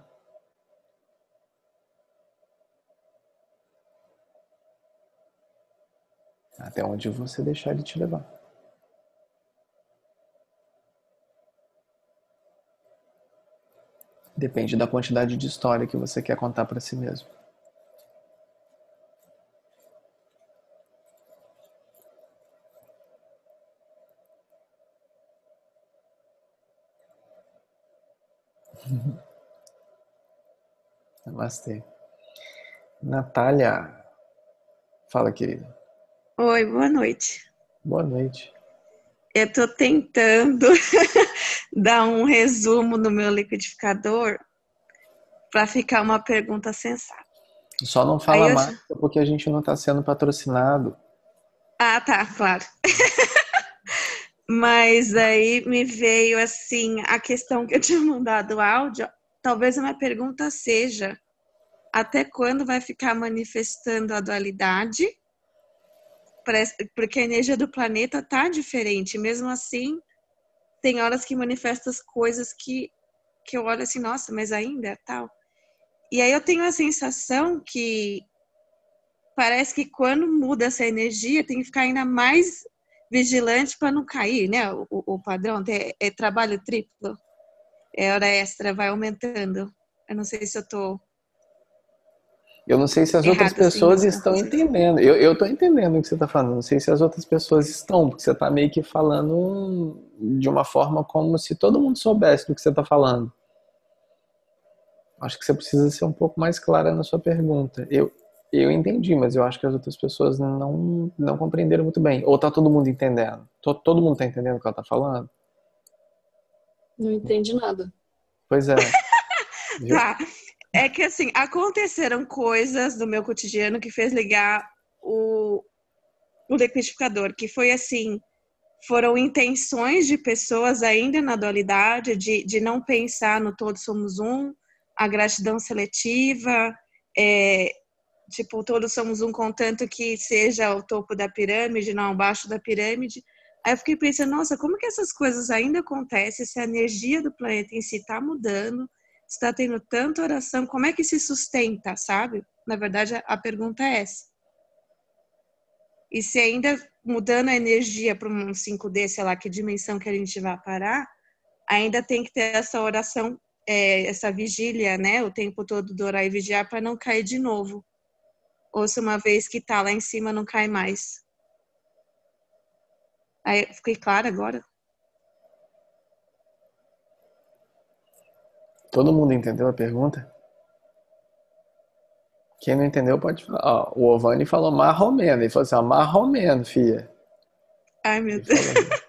Até onde você deixar ele te levar. Depende da quantidade de história que você quer contar para si mesmo. Namastê. Natália, fala, querida. Oi, boa noite. Boa noite. Eu estou tentando dar um resumo no meu liquidificador para ficar uma pergunta sensata. Só não fala eu... mais porque a gente não está sendo patrocinado. Ah, tá, claro. Mas aí me veio assim a questão que eu tinha mandado o áudio. Talvez a minha pergunta seja: até quando vai ficar manifestando a dualidade? Porque a energia do planeta tá diferente. Mesmo assim, tem horas que manifesta as coisas que, que eu olho assim, nossa, mas ainda tal. E aí eu tenho a sensação que parece que quando muda essa energia, tem que ficar ainda mais vigilante para não cair, né? O, o padrão é, é trabalho triplo, é hora extra, vai aumentando. Eu não sei se eu tô... Eu não sei se as outras pessoas assim, estão entendendo. Eu, eu tô entendendo o que você está falando. Não sei se as outras pessoas estão, porque você está meio que falando de uma forma como se todo mundo soubesse do que você está falando. Acho que você precisa ser um pouco mais clara na sua pergunta. Eu, eu entendi, mas eu acho que as outras pessoas não, não compreenderam muito bem. Ou tá todo mundo entendendo? Todo, todo mundo está entendendo o que ela está falando? Não entendi nada. Pois é. Tá. É que, assim, aconteceram coisas do meu cotidiano que fez ligar o, o liquidificador, que foi assim, foram intenções de pessoas ainda na dualidade, de, de não pensar no todos somos um, a gratidão seletiva, é, tipo, todos somos um, contanto que seja o topo da pirâmide, não abaixo da pirâmide. Aí eu fiquei pensando, nossa, como que essas coisas ainda acontecem se a energia do planeta em si está mudando, está tendo tanta oração, como é que se sustenta, sabe? Na verdade, a pergunta é essa. E se ainda mudando a energia para um cinco D, sei lá, que dimensão que a gente vai parar, ainda tem que ter essa oração, é, essa vigília, né? O tempo todo do orar e vigiar para não cair de novo. Ou se uma vez que tá lá em cima não cai mais. Aí, fiquei clara agora? Todo mundo entendeu a pergunta? Quem não entendeu pode falar. Ó, o Ovani falou marromeno. Ele falou assim, ó, marromeno, filha. Ai, meu Deus.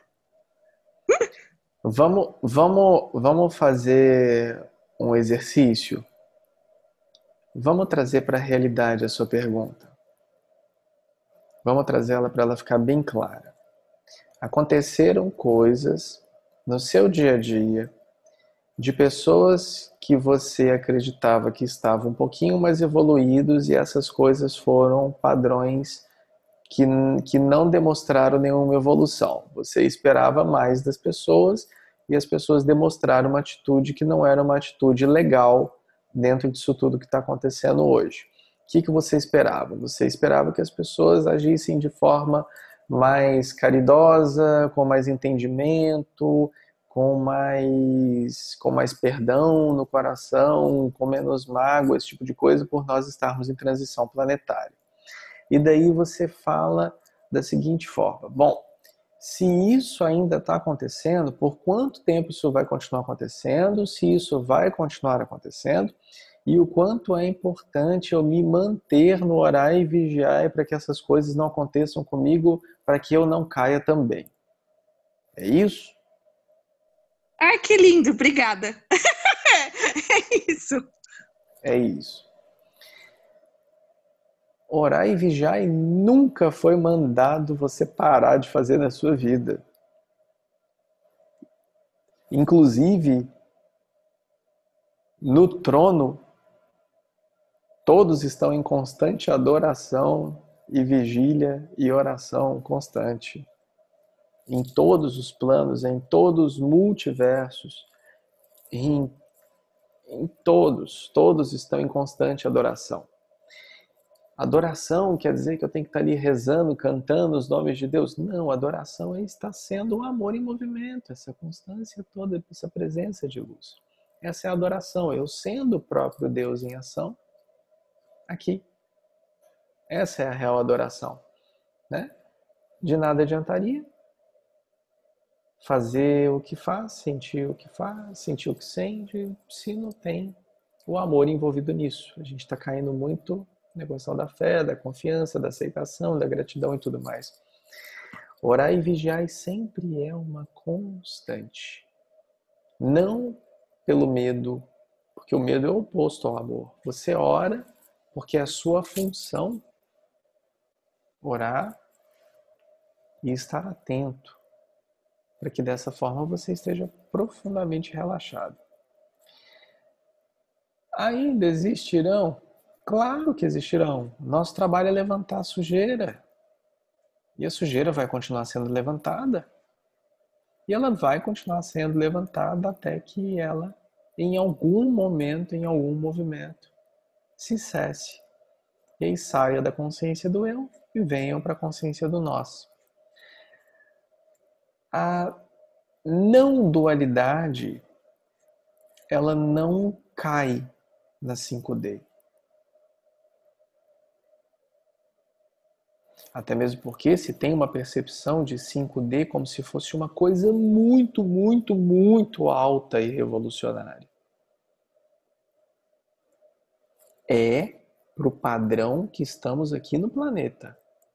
Vamos, vamos, vamos fazer um exercício. Vamos trazer para a realidade a sua pergunta. Vamos trazê-la para ela ficar bem clara. Aconteceram coisas no seu dia a dia de pessoas que você acreditava que estavam um pouquinho mais evoluídos e essas coisas foram padrões que, que não demonstraram nenhuma evolução. Você esperava mais das pessoas e as pessoas demonstraram uma atitude que não era uma atitude legal dentro disso tudo que está acontecendo hoje. O que, que você esperava? Você esperava que as pessoas agissem de forma mais caridosa, com mais entendimento, com mais, com mais perdão no coração, com menos mágoa, esse tipo de coisa, por nós estarmos em transição planetária. E daí você fala da seguinte forma: bom, se isso ainda está acontecendo, por quanto tempo isso vai continuar acontecendo, se isso vai continuar acontecendo, e o quanto é importante eu me manter no orar e vigiar para que essas coisas não aconteçam comigo, para que eu não caia também. É isso? Ai, que lindo, obrigada. É isso. É isso. Orar e vigiar nunca foi mandado você parar de fazer na sua vida. Inclusive, no trono, todos estão em constante adoração e vigília e oração constante. Em todos os planos, em todos os multiversos, em, em todos, todos estão em constante adoração. Adoração quer dizer que eu tenho que estar ali rezando, cantando os nomes de Deus? Não, adoração é estar sendo o amor em movimento, essa constância toda, essa presença de luz. Essa é a adoração, eu sendo o próprio Deus em ação, aqui. Essa é a real adoração, né? De nada adiantaria fazer o que faz, sentir o que faz, sentir o que sente, se não tem o amor envolvido nisso. A gente está caindo muito na questão da fé, da confiança, da aceitação, da gratidão e tudo mais. Orar e vigiar sempre é uma constante. Não pelo medo, porque o medo é o oposto ao amor. Você ora porque é a sua função orar e estar atento, para que dessa forma você esteja profundamente relaxado. Ainda existirão? Claro que existirão. Nosso trabalho é levantar a sujeira. E a sujeira vai continuar sendo levantada. E ela vai continuar sendo levantada até que ela, em algum momento, em algum movimento, se cesse. E aí saia da consciência do eu e venham para a consciência do nós. A não dualidade, ela não cai na cinco D. Até mesmo porque se tem uma percepção de cinco D como se fosse uma coisa muito, muito, muito alta e revolucionária. É para o padrão que estamos aqui no planeta.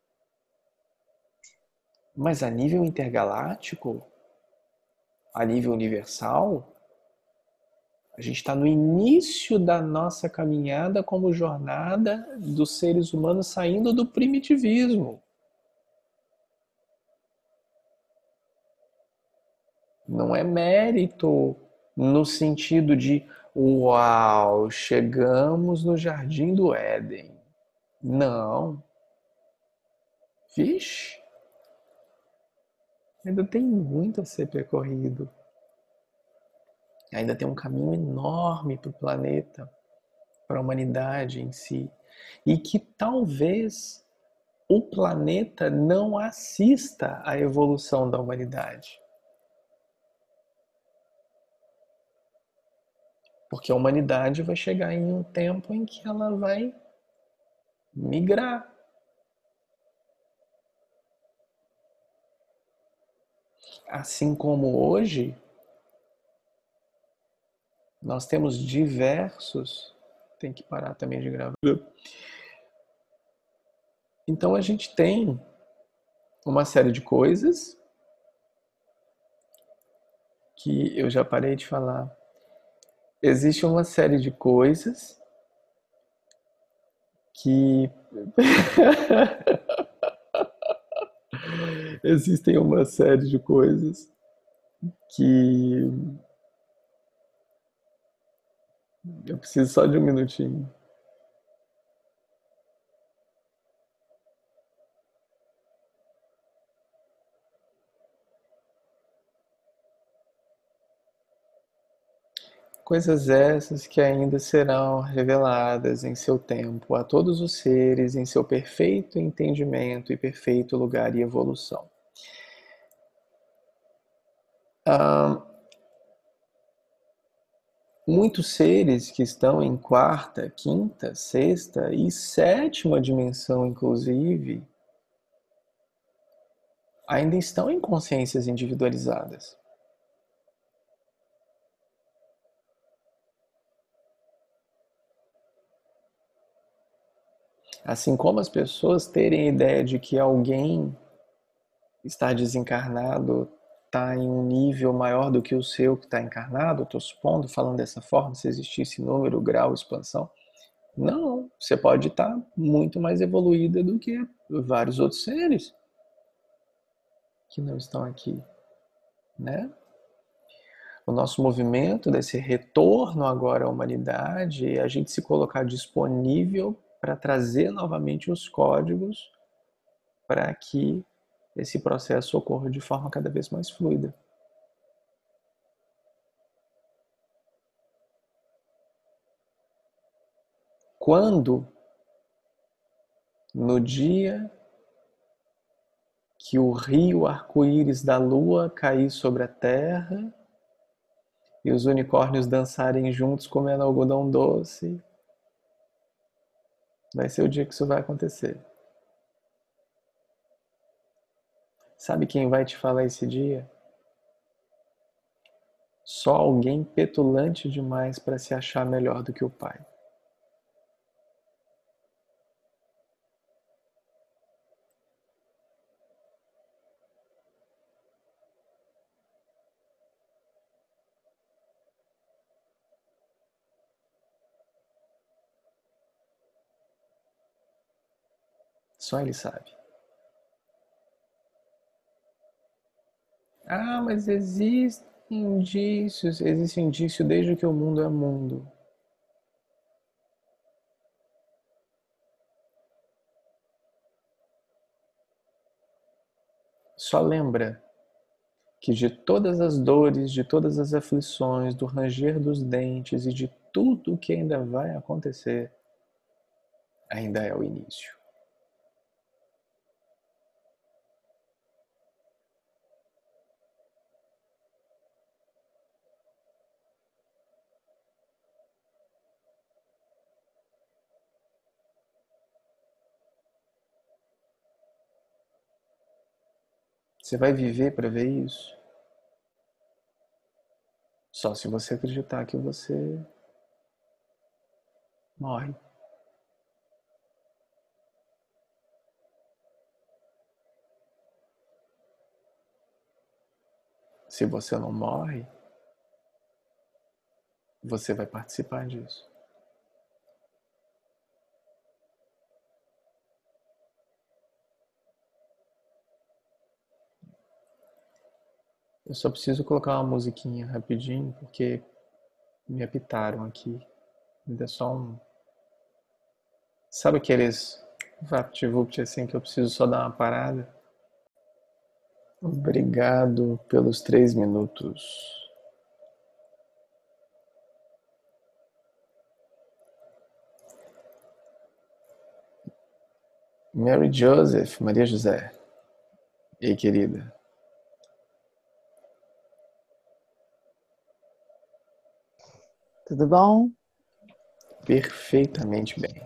Mas a nível intergaláctico, a nível universal, a gente está no início da nossa caminhada como jornada dos seres humanos saindo do primitivismo. Não é mérito no sentido de uau, chegamos no Jardim do Éden. Não. Vixe, ainda tem muito a ser percorrido. Ainda tem um caminho enorme para o planeta, para a humanidade em si. E que talvez o planeta não assista à evolução da humanidade. Porque a humanidade vai chegar em um tempo em que ela vai migrar. Assim como hoje, nós temos diversos... Tem que parar também de gravar. Então a gente tem uma série de coisas que eu já parei de falar. Existe uma série de coisas que... Existem uma série de coisas que... Eu preciso só de um minutinho. Coisas essas que ainda serão reveladas em seu tempo a todos os seres em seu perfeito entendimento e perfeito lugar e evolução. Ah, muitos seres que estão em quarta, quinta, sexta e sétima dimensão, inclusive, ainda estão em consciências individualizadas. Assim como as pessoas terem a ideia de que alguém está desencarnado, está em um nível maior do que o seu que está encarnado, estou supondo, falando dessa forma, se existisse número, grau, expansão. Não, você pode estar muito mais evoluída do que vários outros seres que não estão aqui, né? O nosso movimento desse retorno agora à humanidade é a gente se colocar disponível para trazer novamente os códigos para que esse processo ocorra de forma cada vez mais fluida. Quando, no dia que o rio arco-íris da lua cair sobre a terra e os unicórnios dançarem juntos comendo algodão doce, vai ser o dia que isso vai acontecer. Sabe quem vai te falar esse dia? Só alguém petulante demais para se achar melhor do que o pai. Só ele sabe. Ah, mas existem indícios, existe indício desde que o mundo é mundo. Só lembra que de todas as dores, de todas as aflições, do ranger dos dentes e de tudo que ainda vai acontecer, ainda é o início. Você vai viver para ver isso? Só se você acreditar que você morre. Se você não morre, você vai participar disso. Eu só preciso colocar uma musiquinha rapidinho, porque me apitaram aqui. Me dá só um... Sabe aqueles vapt-vupt assim que eu preciso só dar uma parada? Obrigado pelos três minutos. Mary Joseph, Maria José. Ei, querida. Tudo bom? Perfeitamente bem.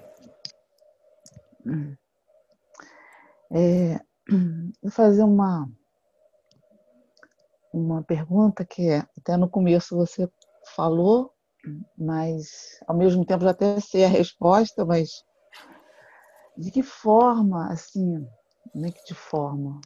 É, vou fazer uma, uma pergunta que é, até no começo você falou, mas ao mesmo tempo já até sei a resposta, mas de que forma, assim, como é que de forma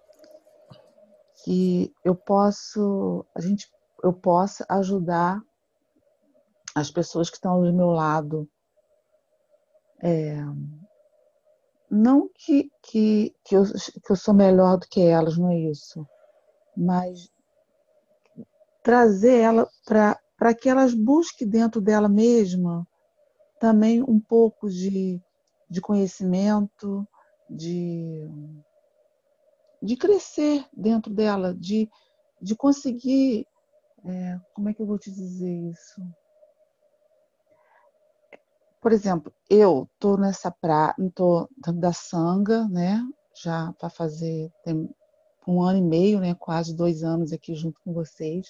que eu posso, a gente, eu possa ajudar as pessoas que estão do meu lado, é, não que, que, que, eu, que eu sou melhor do que elas, não é isso, mas trazer ela para que elas busquem dentro dela mesma também um pouco de, de conhecimento, de, de crescer dentro dela, de, de conseguir, é, como é que eu vou te dizer isso? por exemplo, eu tô nessa praia, tô da Sangha, né? Já para fazer tem um ano e meio, né? Quase dois anos aqui junto com vocês.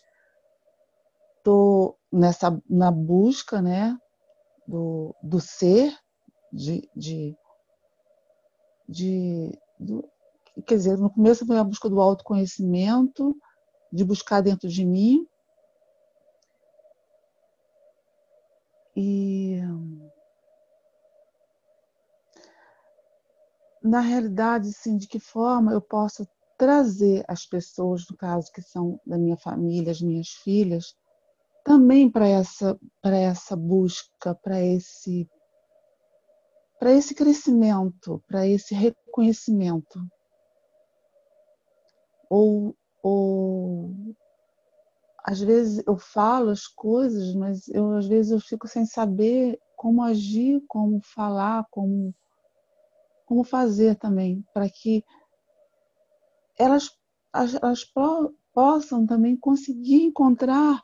Tô nessa na busca, né? Do, do ser, de, de, de do, quer dizer, no começo foi a busca do autoconhecimento, de buscar dentro de mim. E na realidade, sim, de que forma eu posso trazer as pessoas, no caso que são da minha família, as minhas filhas, também para essa para essa busca, para esse para esse crescimento, para esse reconhecimento. Ou, ou às vezes eu falo as coisas, mas eu às vezes eu fico sem saber como agir, como falar, como como fazer também, para que elas, elas possam também conseguir encontrar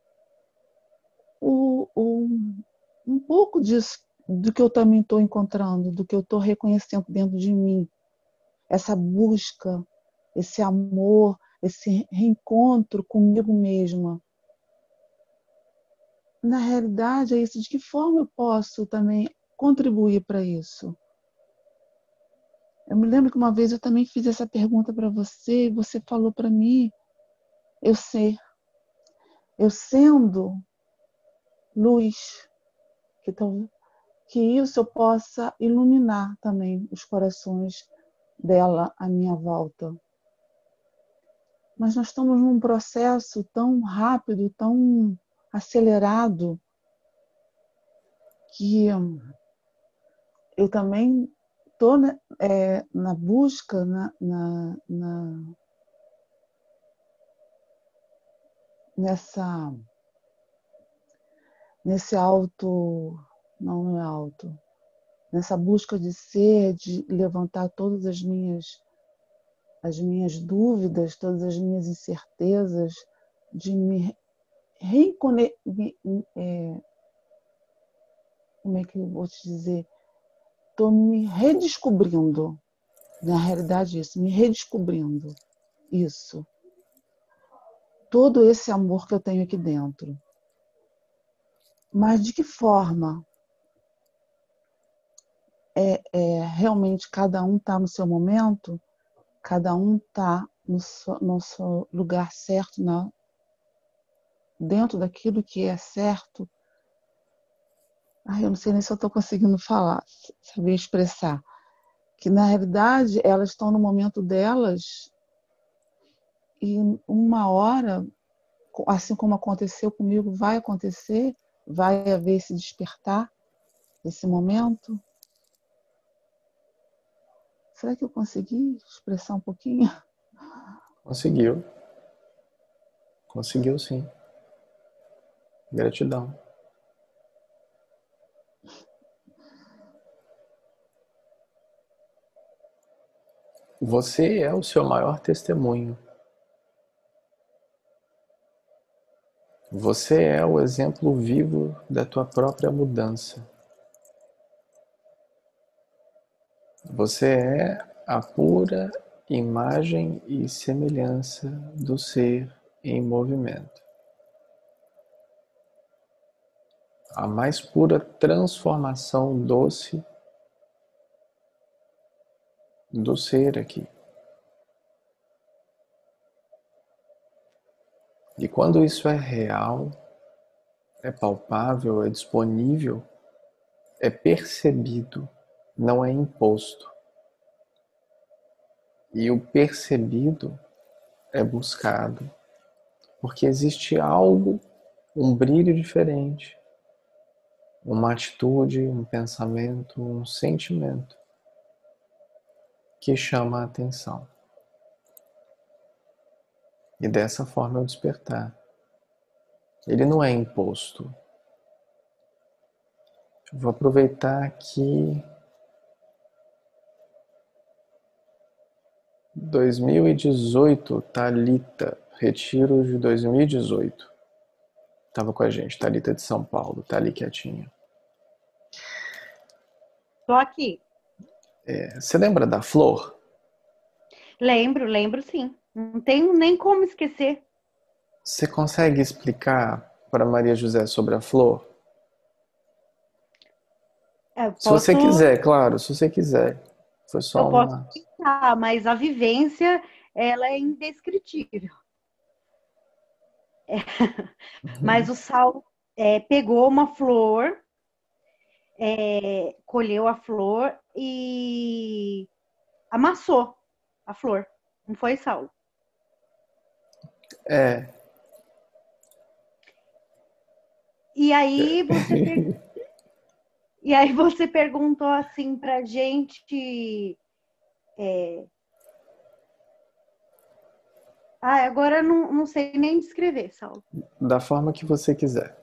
o, o, um pouco disso, do que eu também estou encontrando, do que eu estou reconhecendo dentro de mim. Essa busca, esse amor, esse reencontro comigo mesma. Na realidade, é isso. De que forma eu posso também contribuir para isso? Eu me lembro que uma vez eu também fiz essa pergunta para você e você falou para mim, eu sei, eu sendo luz, que, então, que isso eu possa iluminar também os corações dela à minha volta. Mas nós estamos num processo tão rápido, tão acelerado, que eu também estou é, na busca, na, na, na, nessa, nesse alto, não, não é alto, nessa busca de ser, de levantar todas as minhas, as minhas dúvidas, todas as minhas incertezas, de me reconectar, é, como é que eu vou te dizer? Estou me redescobrindo, na realidade isso, me redescobrindo isso. Todo esse amor que eu tenho aqui dentro. Mas de que forma é, é realmente cada um está no seu momento, cada um está no, no seu lugar certo, na, dentro daquilo que é certo. Ai, eu não sei nem se eu estou conseguindo falar, saber expressar. Que na realidade elas estão no momento delas e uma hora, assim como aconteceu comigo, vai acontecer, vai haver esse despertar, esse momento. Será que eu consegui expressar um pouquinho? Conseguiu. Conseguiu sim. Gratidão. Você é o seu maior testemunho. Você é o exemplo vivo da tua própria mudança. Você é a pura imagem e semelhança do ser em movimento. A mais pura transformação doce do ser aqui. E quando isso é real, é palpável, é disponível, é percebido, não é imposto. E o percebido é buscado, porque existe algo, um brilho diferente, uma atitude, um pensamento, um sentimento que chama a atenção. E dessa forma é o despertar. Ele não é imposto. Vou aproveitar aqui dois mil e dezoito, Thalita, retiro de dois mil e dezoito. Estava com a gente, Thalita de São Paulo, tá ali quietinha. Tô aqui. É, você lembra da flor? Lembro, lembro sim. Não tenho nem como esquecer. Você consegue explicar para Maria José sobre a flor? Eu Se você posso, quiser, claro, se você quiser. Foi eu só posso uma. pensar, mas a vivência, ela é indescritível. É. Mas o Saulo é, pegou uma flor, é, colheu a flor e amassou a flor. Não foi, Saulo? É. E aí você per- e aí você perguntou assim pra gente. é, Ah, agora eu não, não sei nem descrever, Saulo. Da forma que você quiser.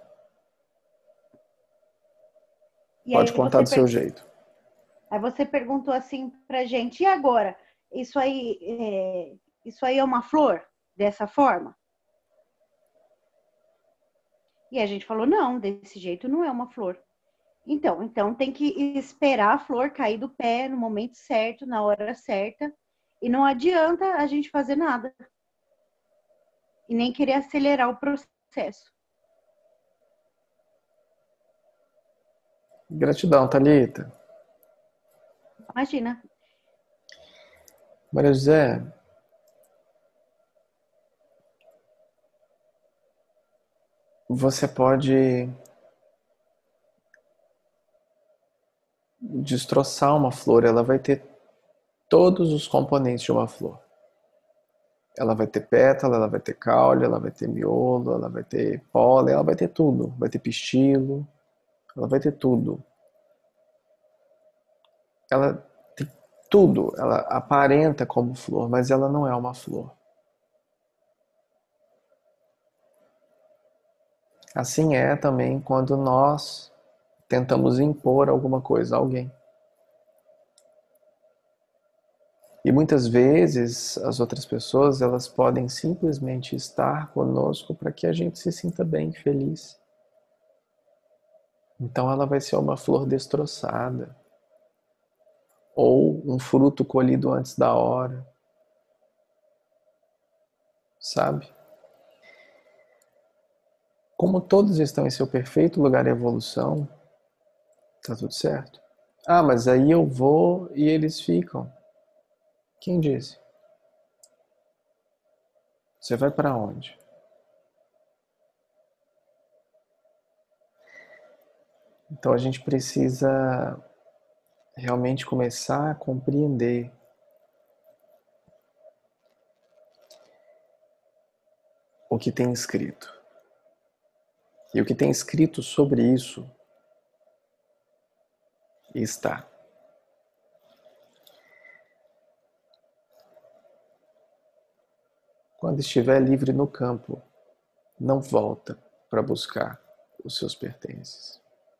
E Pode aí contar você, do seu per- jeito. aí você perguntou assim pra gente, e agora? Isso aí, é... Isso aí é uma flor? Dessa forma? E a gente falou, não, desse jeito não é uma flor. Então, então tem que esperar a flor cair do pé no momento certo, na hora certa. E não adianta a gente fazer nada. E nem querer acelerar o processo. Gratidão, Thalita. Imagina. Maria José, você pode destroçar uma flor, ela vai ter todos os componentes de uma flor. Ela vai ter pétala, ela vai ter caule, ela vai ter miolo, ela vai ter pólen, ela vai ter tudo. Vai ter pistilo, ela vai ter tudo. Ela tem tudo, ela aparenta como flor, mas ela não é uma flor. Assim é também quando nós tentamos impor alguma coisa a alguém. E muitas vezes as outras pessoas, elas podem simplesmente estar conosco para que a gente se sinta bem, feliz. Então ela vai ser uma flor destroçada, ou um fruto colhido antes da hora, sabe? Como todos estão em seu perfeito lugar de evolução, tá tudo certo. Ah, mas aí eu vou e eles ficam. Quem disse? Você vai para onde? Então a gente precisa realmente começar a compreender o que tem escrito. E o que tem escrito sobre isso está. Quando estiver livre no campo, não volta para buscar os seus pertences.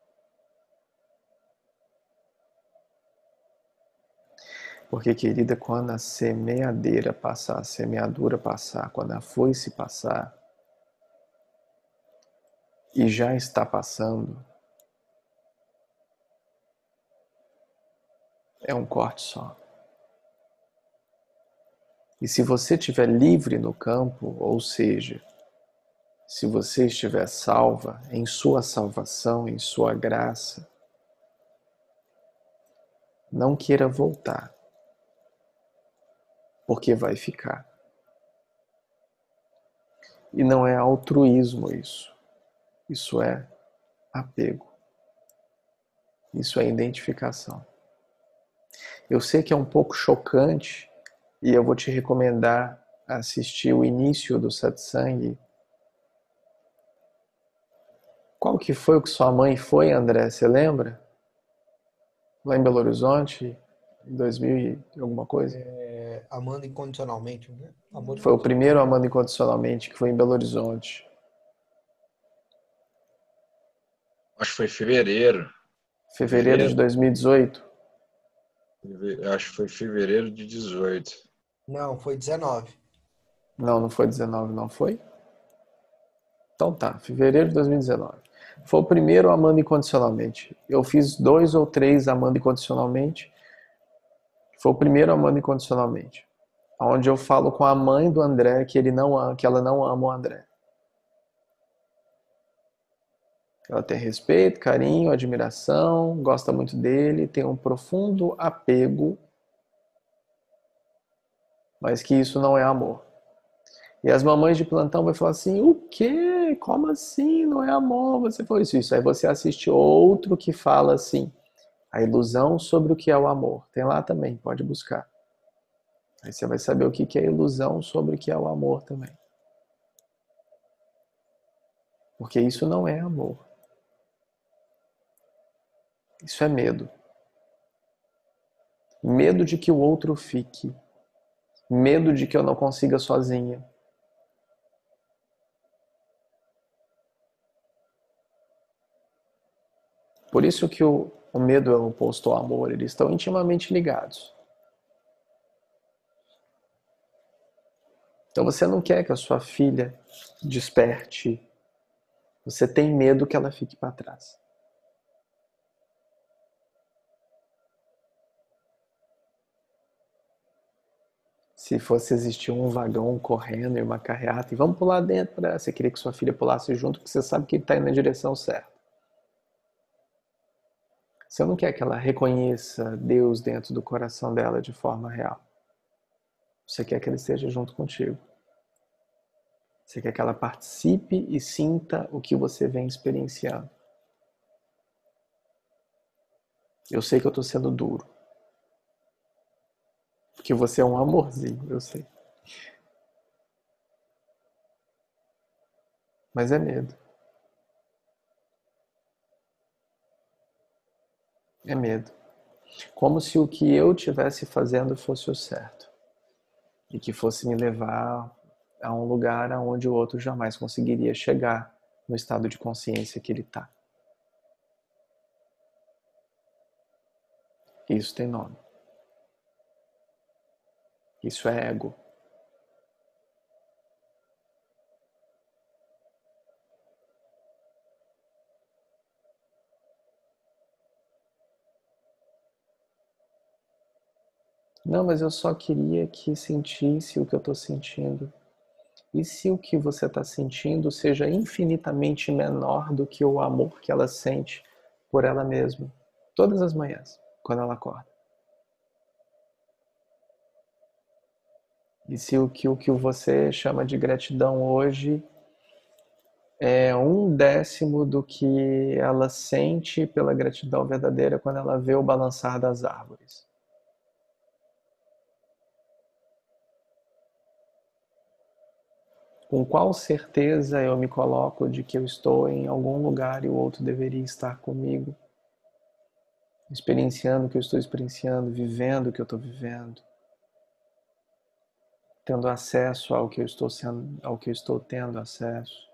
Porque, querida, quando a semeadeira passar, a semeadura passar, quando a foice passar, e já está passando, é um corte só. E se você estiver livre no campo, ou seja, se você estiver salva, em sua salvação, em sua graça, não queira voltar, porque vai ficar. E não é altruísmo isso. Isso é apego. Isso é identificação. Eu sei que é um pouco chocante e eu vou te recomendar assistir o início do satsang. Qual que foi o que sua mãe foi, André? Você lembra? Lá em Belo Horizonte, em dois mil e alguma coisa? É, amando incondicionalmente, né? Amor Foi o primeiro Amando Incondicionalmente, que foi em Belo Horizonte. Acho que foi fevereiro. Fevereiro de dois mil e dezoito? Acho que foi fevereiro de dezoito. Não, foi dezenove. Não, não foi dezenove, não foi? Então tá, fevereiro de dois mil e dezenove. Foi o primeiro amando incondicionalmente. Eu fiz dois ou três amando incondicionalmente. Foi o primeiro amando incondicionalmente. Onde eu falo com a mãe do André que, ele não, que ela não ama o André. Ela tem respeito, carinho, admiração, gosta muito dele, tem um profundo apego, mas que isso não é amor. E as mamães de plantão vão falar assim, o quê? Como assim? Não é amor? Você falou isso, isso. Aí você assiste outro que fala assim, a ilusão sobre o que é o amor. Tem lá também, pode buscar. Aí você vai saber o que é ilusão sobre o que é o amor também. Porque isso não é amor. Isso é medo. Medo de que o outro fique. Medo de que eu não consiga sozinha. Por isso que o, o medo é o oposto ao amor. Eles estão intimamente ligados. Então você não quer que a sua filha desperte. Você tem medo que ela fique para trás. Se fosse existir um vagão correndo e uma carreata, e vamos pular dentro, pra... você queria que sua filha pulasse junto, porque você sabe que ele está indo na direção certa. Você não quer que ela reconheça Deus dentro do coração dela de forma real. Você quer que ele esteja junto contigo. Você quer que ela participe e sinta o que você vem experienciando. Eu sei que eu estou sendo duro. Porque você é um amorzinho, eu sei. Mas é medo. É medo. Como se o que eu estivesse fazendo fosse o certo. E que fosse me levar a um lugar onde o outro jamais conseguiria chegar no estado de consciência que ele está. Isso tem nome. Isso é ego. Não, mas eu só queria que sentisse o que eu estou sentindo. E se o que você está sentindo seja infinitamente menor do que o amor que ela sente por ela mesma, todas as manhãs, quando ela acorda? E se o que, o que você chama de gratidão hoje é um décimo do que ela sente pela gratidão verdadeira quando ela vê o balançar das árvores? Com qual certeza eu me coloco de que eu estou em algum lugar e o outro deveria estar comigo, experienciando o que eu estou experienciando, vivendo o que eu estou vivendo, tendo acesso ao que eu estou sendo, ao que eu estou tendo acesso?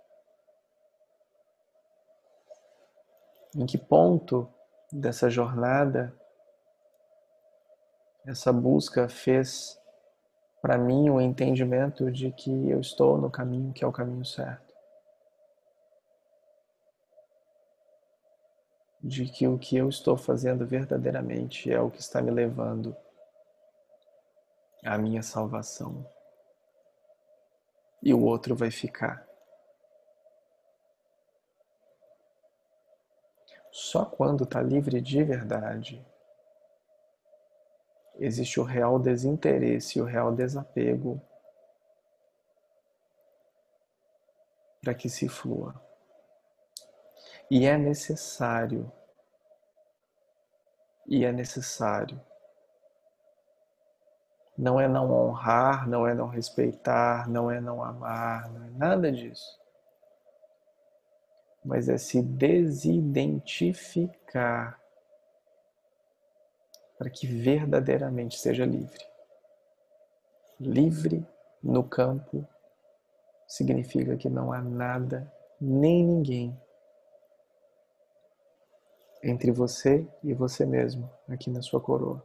Em que ponto dessa jornada essa busca fez para mim o entendimento de que eu estou no caminho que é o caminho certo? De que o que eu estou fazendo verdadeiramente é o que está me levando à minha salvação. E o outro vai ficar. Só quando está livre de verdade existe o real desinteresse e o real desapego para que se flua. E é necessário, e é necessário. Não é não honrar, não é não respeitar, não é não amar, não é nada disso. Mas é se desidentificar para que verdadeiramente seja livre. Livre no campo significa que não há nada, nem ninguém entre você e você mesmo, aqui na sua coroa.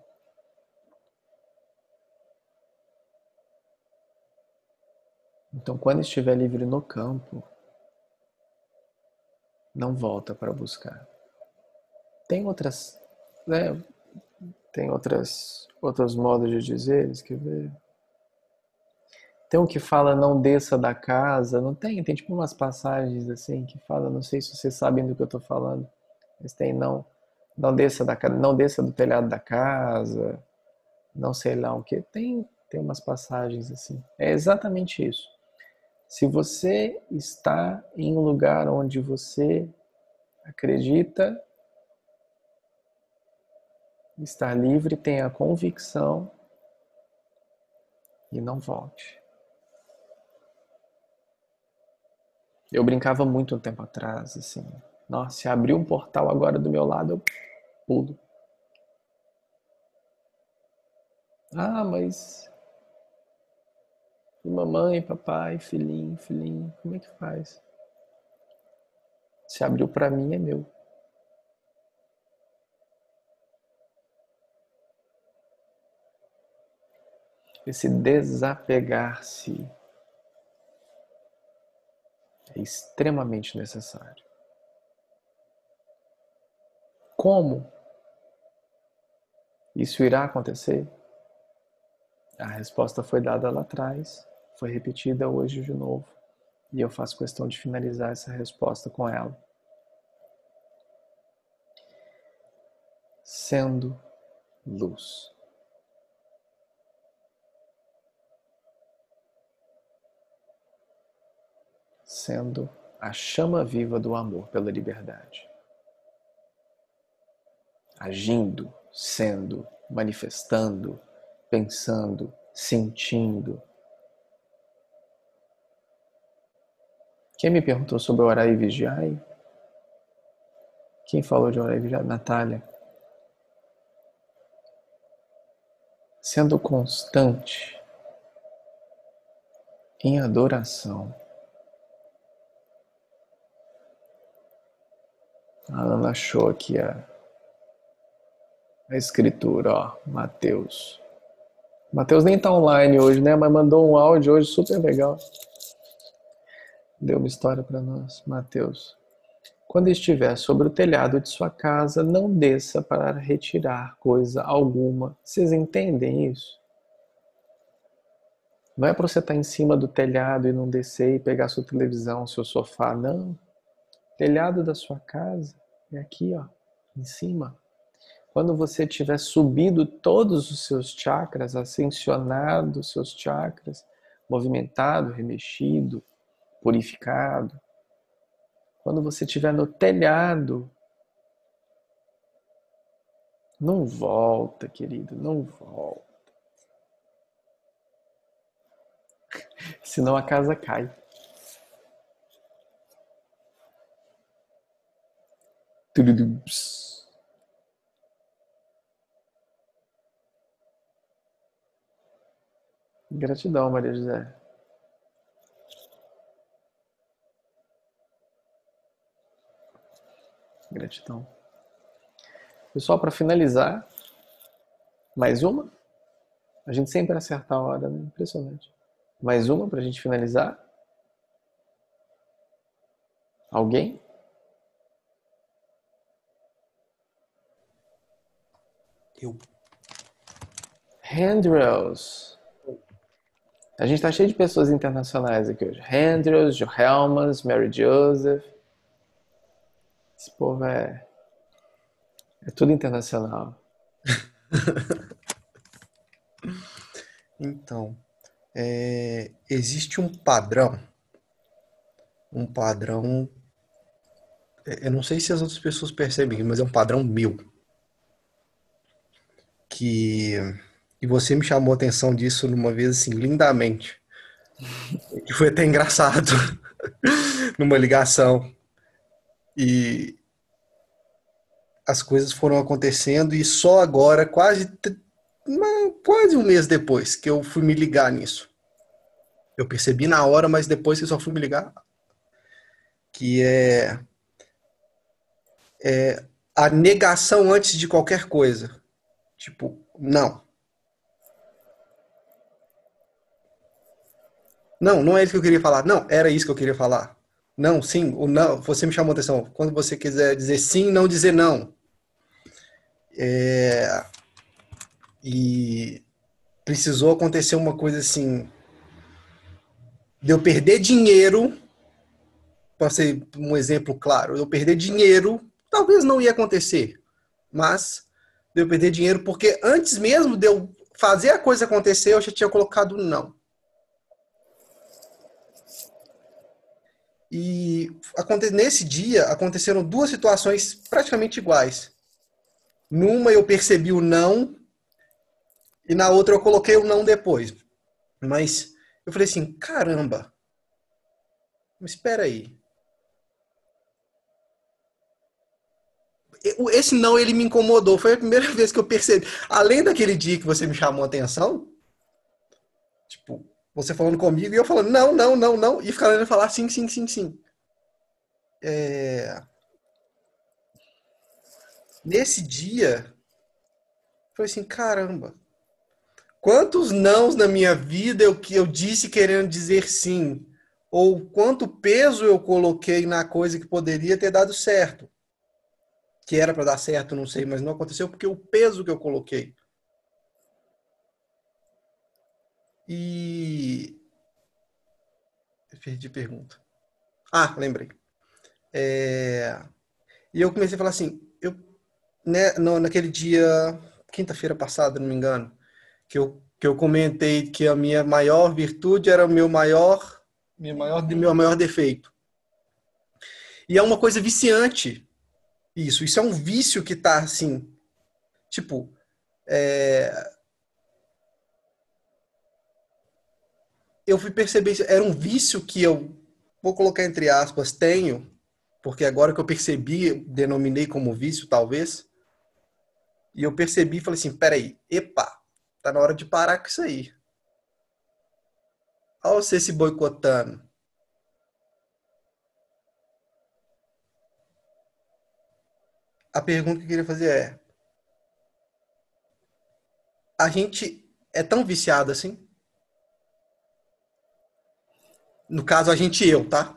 Então, quando estiver livre no campo, não volta para buscar. Tem outras, né? Tem outras, outros modos de dizer, quer ver? Tem um que fala não desça da casa, não tem? Tem tipo umas passagens assim que fala, não sei se vocês sabem do que eu estou falando, mas tem não, não desça da casa, não desça do telhado da casa, não sei lá o que. Tem, tem umas passagens assim. É exatamente isso. Se você está em um lugar onde você acredita estar livre, tenha convicção e não volte. Eu brincava muito um tempo atrás, assim. Nossa, se abrir um portal agora do meu lado, eu pulo. Ah, mas... E mamãe, papai, filhinho, filhinho, como é que faz? Se abriu pra mim, é meu. Esse desapegar-se é extremamente necessário. Como isso irá acontecer? A resposta foi dada lá atrás, foi repetida hoje de novo, e eu faço questão de finalizar essa resposta com ela. Sendo luz. Sendo a chama viva do amor pela liberdade. Agindo, sendo, manifestando, pensando, sentindo. Quem me perguntou sobre orar e vigiar? Quem falou de orar e vigiar? Natália. Sendo constante em adoração. A Ana achou aqui a, a escritura, ó, Mateus. Mateus nem tá online hoje, né? Mas mandou um áudio hoje super legal. Deu uma história para nós. Mateus. Quando estiver sobre o telhado de sua casa, não desça para retirar coisa alguma. Vocês entendem isso? Não é para você estar em cima do telhado e não descer e pegar sua televisão, seu sofá, não. Telhado da sua casa é aqui, ó, em cima. Quando você tiver subido todos os seus chakras, ascensionado os seus chakras, movimentado, remexido, purificado, quando você estiver no telhado, não volta, querido, não volta. Senão a casa cai. Gratidão, Maria José. Gratidão. Pessoal, para finalizar, mais uma? A gente sempre acerta a hora, né? Impressionante. Mais uma para a gente finalizar? Alguém? Eu. Handrels. A gente tá cheio de pessoas internacionais aqui hoje. Handrels, Johelmas, Mary Joseph. Esse povo é... É tudo internacional. Então, é, existe um padrão, um padrão, eu não sei se as outras pessoas percebem, mas é um padrão meu, que, e você me chamou a atenção disso numa vez assim, lindamente, que foi até engraçado, numa ligação, e as coisas foram acontecendo e só agora, quase, quase um mês depois, que eu fui me ligar nisso. Eu percebi na hora, mas depois que eu só fui me ligar, que é, é a negação antes de qualquer coisa. Tipo, não. Não, não é isso que eu queria falar. Não, era isso que eu queria falar. Não, sim, o não, você me chamou a atenção. Quando você quiser dizer sim, não dizer não. É, e precisou acontecer uma coisa assim, de eu perder dinheiro, para ser um exemplo claro, eu perder dinheiro, talvez não ia acontecer, mas de eu perder dinheiro, porque antes mesmo de eu fazer a coisa acontecer, eu já tinha colocado não. E nesse dia aconteceram duas situações praticamente iguais. Numa eu percebi o não, e na outra eu coloquei o não depois. Mas eu falei assim, caramba, mas espera aí. Esse não, ele me incomodou. Foi a primeira vez que eu percebi. Além daquele dia que você me chamou a atenção, tipo, você falando comigo e eu falando não, não, não, não, e ficando falar sim, sim, sim, sim. É... Nesse dia, eu falei assim, caramba, quantos nãos na minha vida eu, que eu disse querendo dizer sim? Ou quanto peso eu coloquei na coisa que poderia ter dado certo? Que era para dar certo, não sei, mas não aconteceu porque o peso que eu coloquei. E... Eu perdi a pergunta. Ah, lembrei. É... E eu comecei a falar assim, eu, né, no, naquele dia, quinta-feira passada, não me engano, que eu, que eu comentei que a minha maior virtude era o meu maior, minha maior, meu maior defeito. E é uma coisa viciante, isso. Isso é um vício que tá assim, tipo, é... eu fui perceber, era um vício que eu, vou colocar entre aspas, tenho, porque agora que eu percebi, denominei como vício, talvez, e eu percebi e falei assim, peraí, epa, tá na hora de parar com isso aí. Olha você se boicotando. A pergunta que eu queria fazer é, a gente é tão viciado assim? No caso, a gente e eu, tá?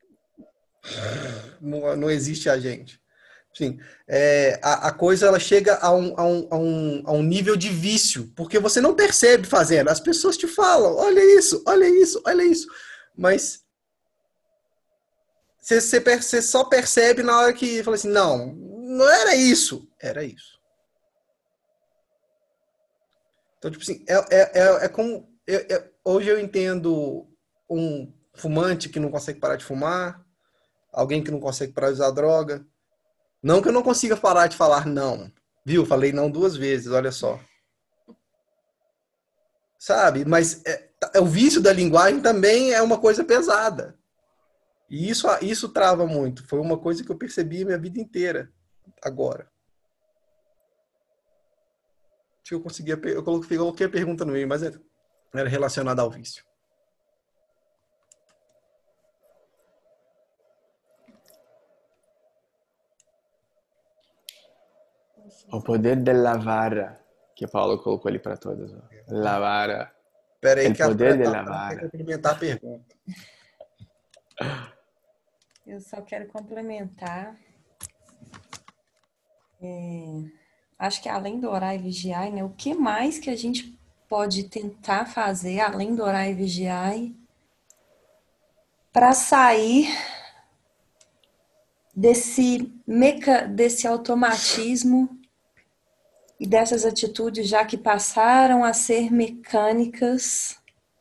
Não, não existe a gente. Sim, é, a, a coisa ela chega a um, a, um, a, um, a um nível de vício, porque você não percebe fazendo. As pessoas te falam, olha isso, olha isso, olha isso. Mas você, você, você só percebe na hora que fala assim, não, não era isso, era isso. Então, tipo assim, é, é, é, é como... É, é, hoje eu entendo um fumante que não consegue parar de fumar, alguém que não consegue parar de usar droga. Não que eu não consiga parar de falar não. Viu? Falei não duas vezes, olha só. Sabe? Mas é, é, o vício da linguagem também é uma coisa pesada. E isso, isso trava muito. Foi uma coisa que eu percebi a minha vida inteira, agora. Acho que eu consegui... Eu coloquei, eu coloquei a pergunta no meio, mas era relacionada ao vício. O poder da vara, que Paulo colocou ali para todos. La vara. Espera aí El que a poder de Fran la quer vara. complementar a pergunta. Eu só quero complementar. É, acho que além do orar e vigiar, né, o que mais que a gente pode tentar fazer, além do orar e vigiar, para sair desse, meca, desse automatismo e dessas atitudes já que passaram a ser mecânicas,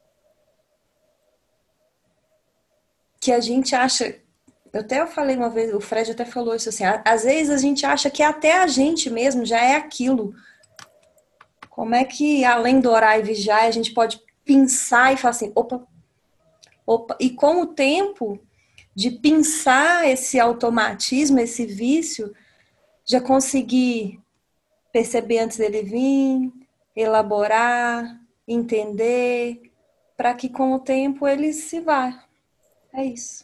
que a gente acha... Eu até falei uma vez, o Fred até falou isso assim, às vezes a gente acha que até a gente mesmo já é aquilo. Como é que, além do orar e vigiar, a gente pode pensar e falar assim, opa, opa, e com o tempo de pensar esse automatismo, esse vício, já conseguir perceber antes dele vir, elaborar, entender, para que com o tempo ele se vá. É isso.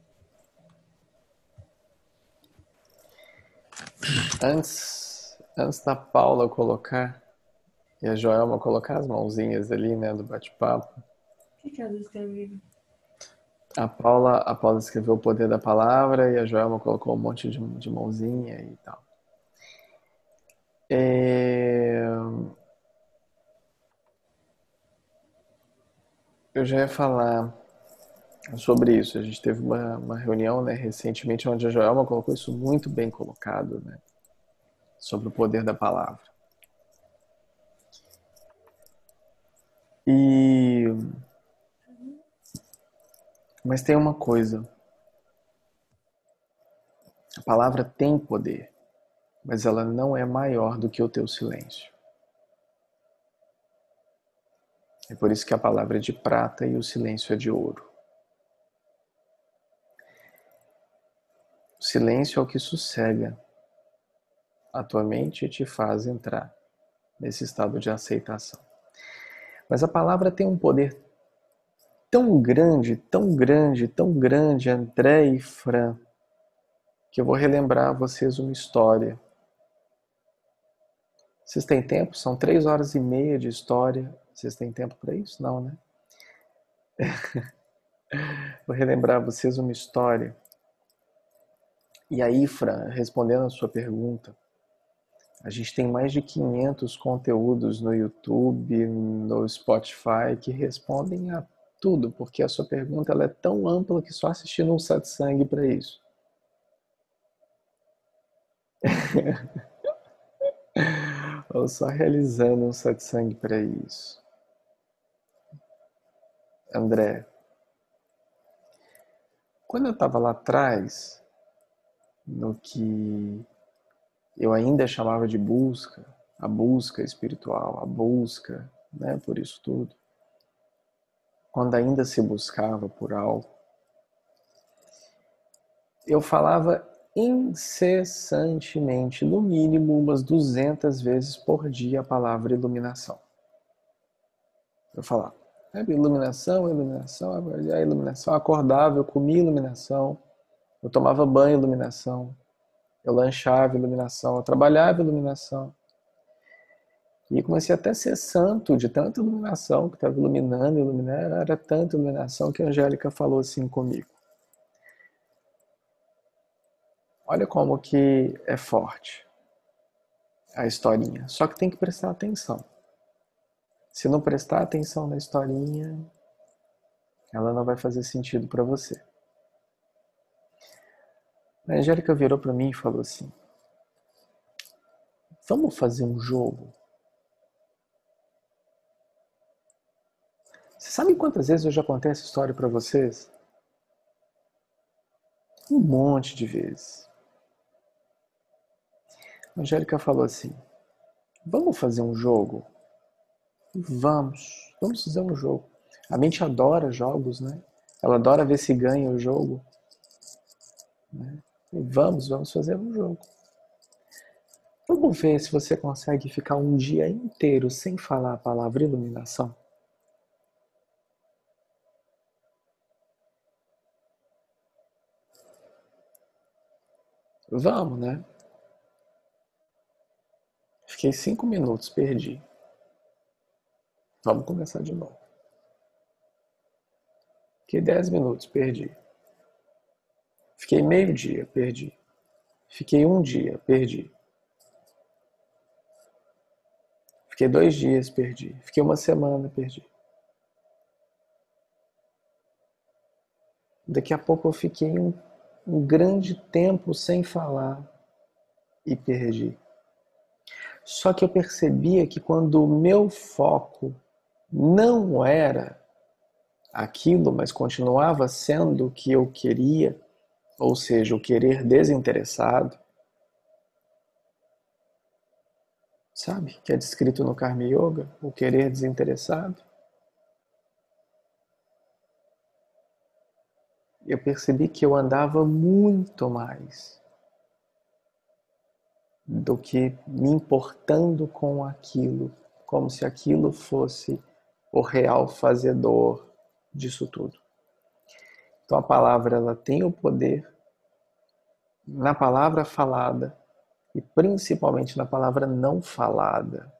Antes, antes da Paula colocar e a Joelma colocar as mãozinhas ali, né, do bate-papo. O que que elas escreveram? A Paula, a Paula escreveu o poder da palavra e a Joelma colocou um monte de, de mãozinha e tal. É... Eu já ia falar sobre isso. A gente teve uma, uma reunião, né, recentemente, onde a Joelma colocou isso muito bem colocado, né, sobre o poder da palavra. E... Mas tem uma coisa. A palavra tem poder, mas ela não é maior do que o teu silêncio. É por isso que a palavra é de prata e o silêncio é de ouro. O silêncio é o que sossega a tua mente e te faz entrar nesse estado de aceitação. Mas a palavra tem um poder tão grande, tão grande, tão grande, André e Fran, que eu vou relembrar a vocês uma história. Vocês têm tempo? São três horas e meia de história. Vocês têm tempo para isso? Não, né? Vou relembrar a vocês uma história. E aí, Fran, respondendo a sua pergunta, a gente tem mais de quinhentos conteúdos no YouTube, no Spotify, que respondem a tudo, porque a sua pergunta ela é tão ampla que só assistindo um satsang para isso. Ou só realizando um satsang para isso. André, quando eu estava lá atrás, no que eu ainda chamava de busca, a busca espiritual, a busca, né, por isso tudo, quando ainda se buscava por algo, eu falava incessantemente, no mínimo umas duzentas vezes por dia a palavra iluminação. Eu falava, iluminação, iluminação, a iluminação, eu acordava, eu comia iluminação, eu tomava banho iluminação, eu lanchava iluminação, eu trabalhava iluminação. E comecei até a ser santo de tanta iluminação que estava iluminando, iluminando, era tanta iluminação que a Angélica falou assim comigo. Olha como que é forte a historinha. Só que tem que prestar atenção. Se não prestar atenção na historinha, ela não vai fazer sentido para você. A Angélica virou para mim e falou assim, vamos fazer um jogo? Vocês sabem quantas vezes eu já contei essa história para vocês? Um monte de vezes. A Angélica falou assim, vamos fazer um jogo? Vamos, vamos fazer um jogo. A mente adora jogos, né? Ela adora ver se ganha o jogo. Né? E vamos, vamos fazer um jogo. Vamos ver se você consegue ficar um dia inteiro sem falar a palavra iluminação. Vamos, né? Fiquei cinco minutos, perdi. Vamos começar de novo. Fiquei dez minutos, perdi. Fiquei meio dia, perdi. Fiquei um dia, perdi. Fiquei dois dias, perdi. Fiquei uma semana, perdi. Daqui a pouco eu fiquei um, um grande tempo sem falar e perdi. Só que eu percebia que quando o meu foco não era aquilo, mas continuava sendo o que eu queria, ou seja, o querer desinteressado, sabe? Que é descrito no Karma Yoga, o querer desinteressado. Eu percebi que eu andava muito mais do que me importando com aquilo, como se aquilo fosse o real fazedor disso tudo. Então a palavra ela tem o poder na palavra falada e principalmente na palavra não falada.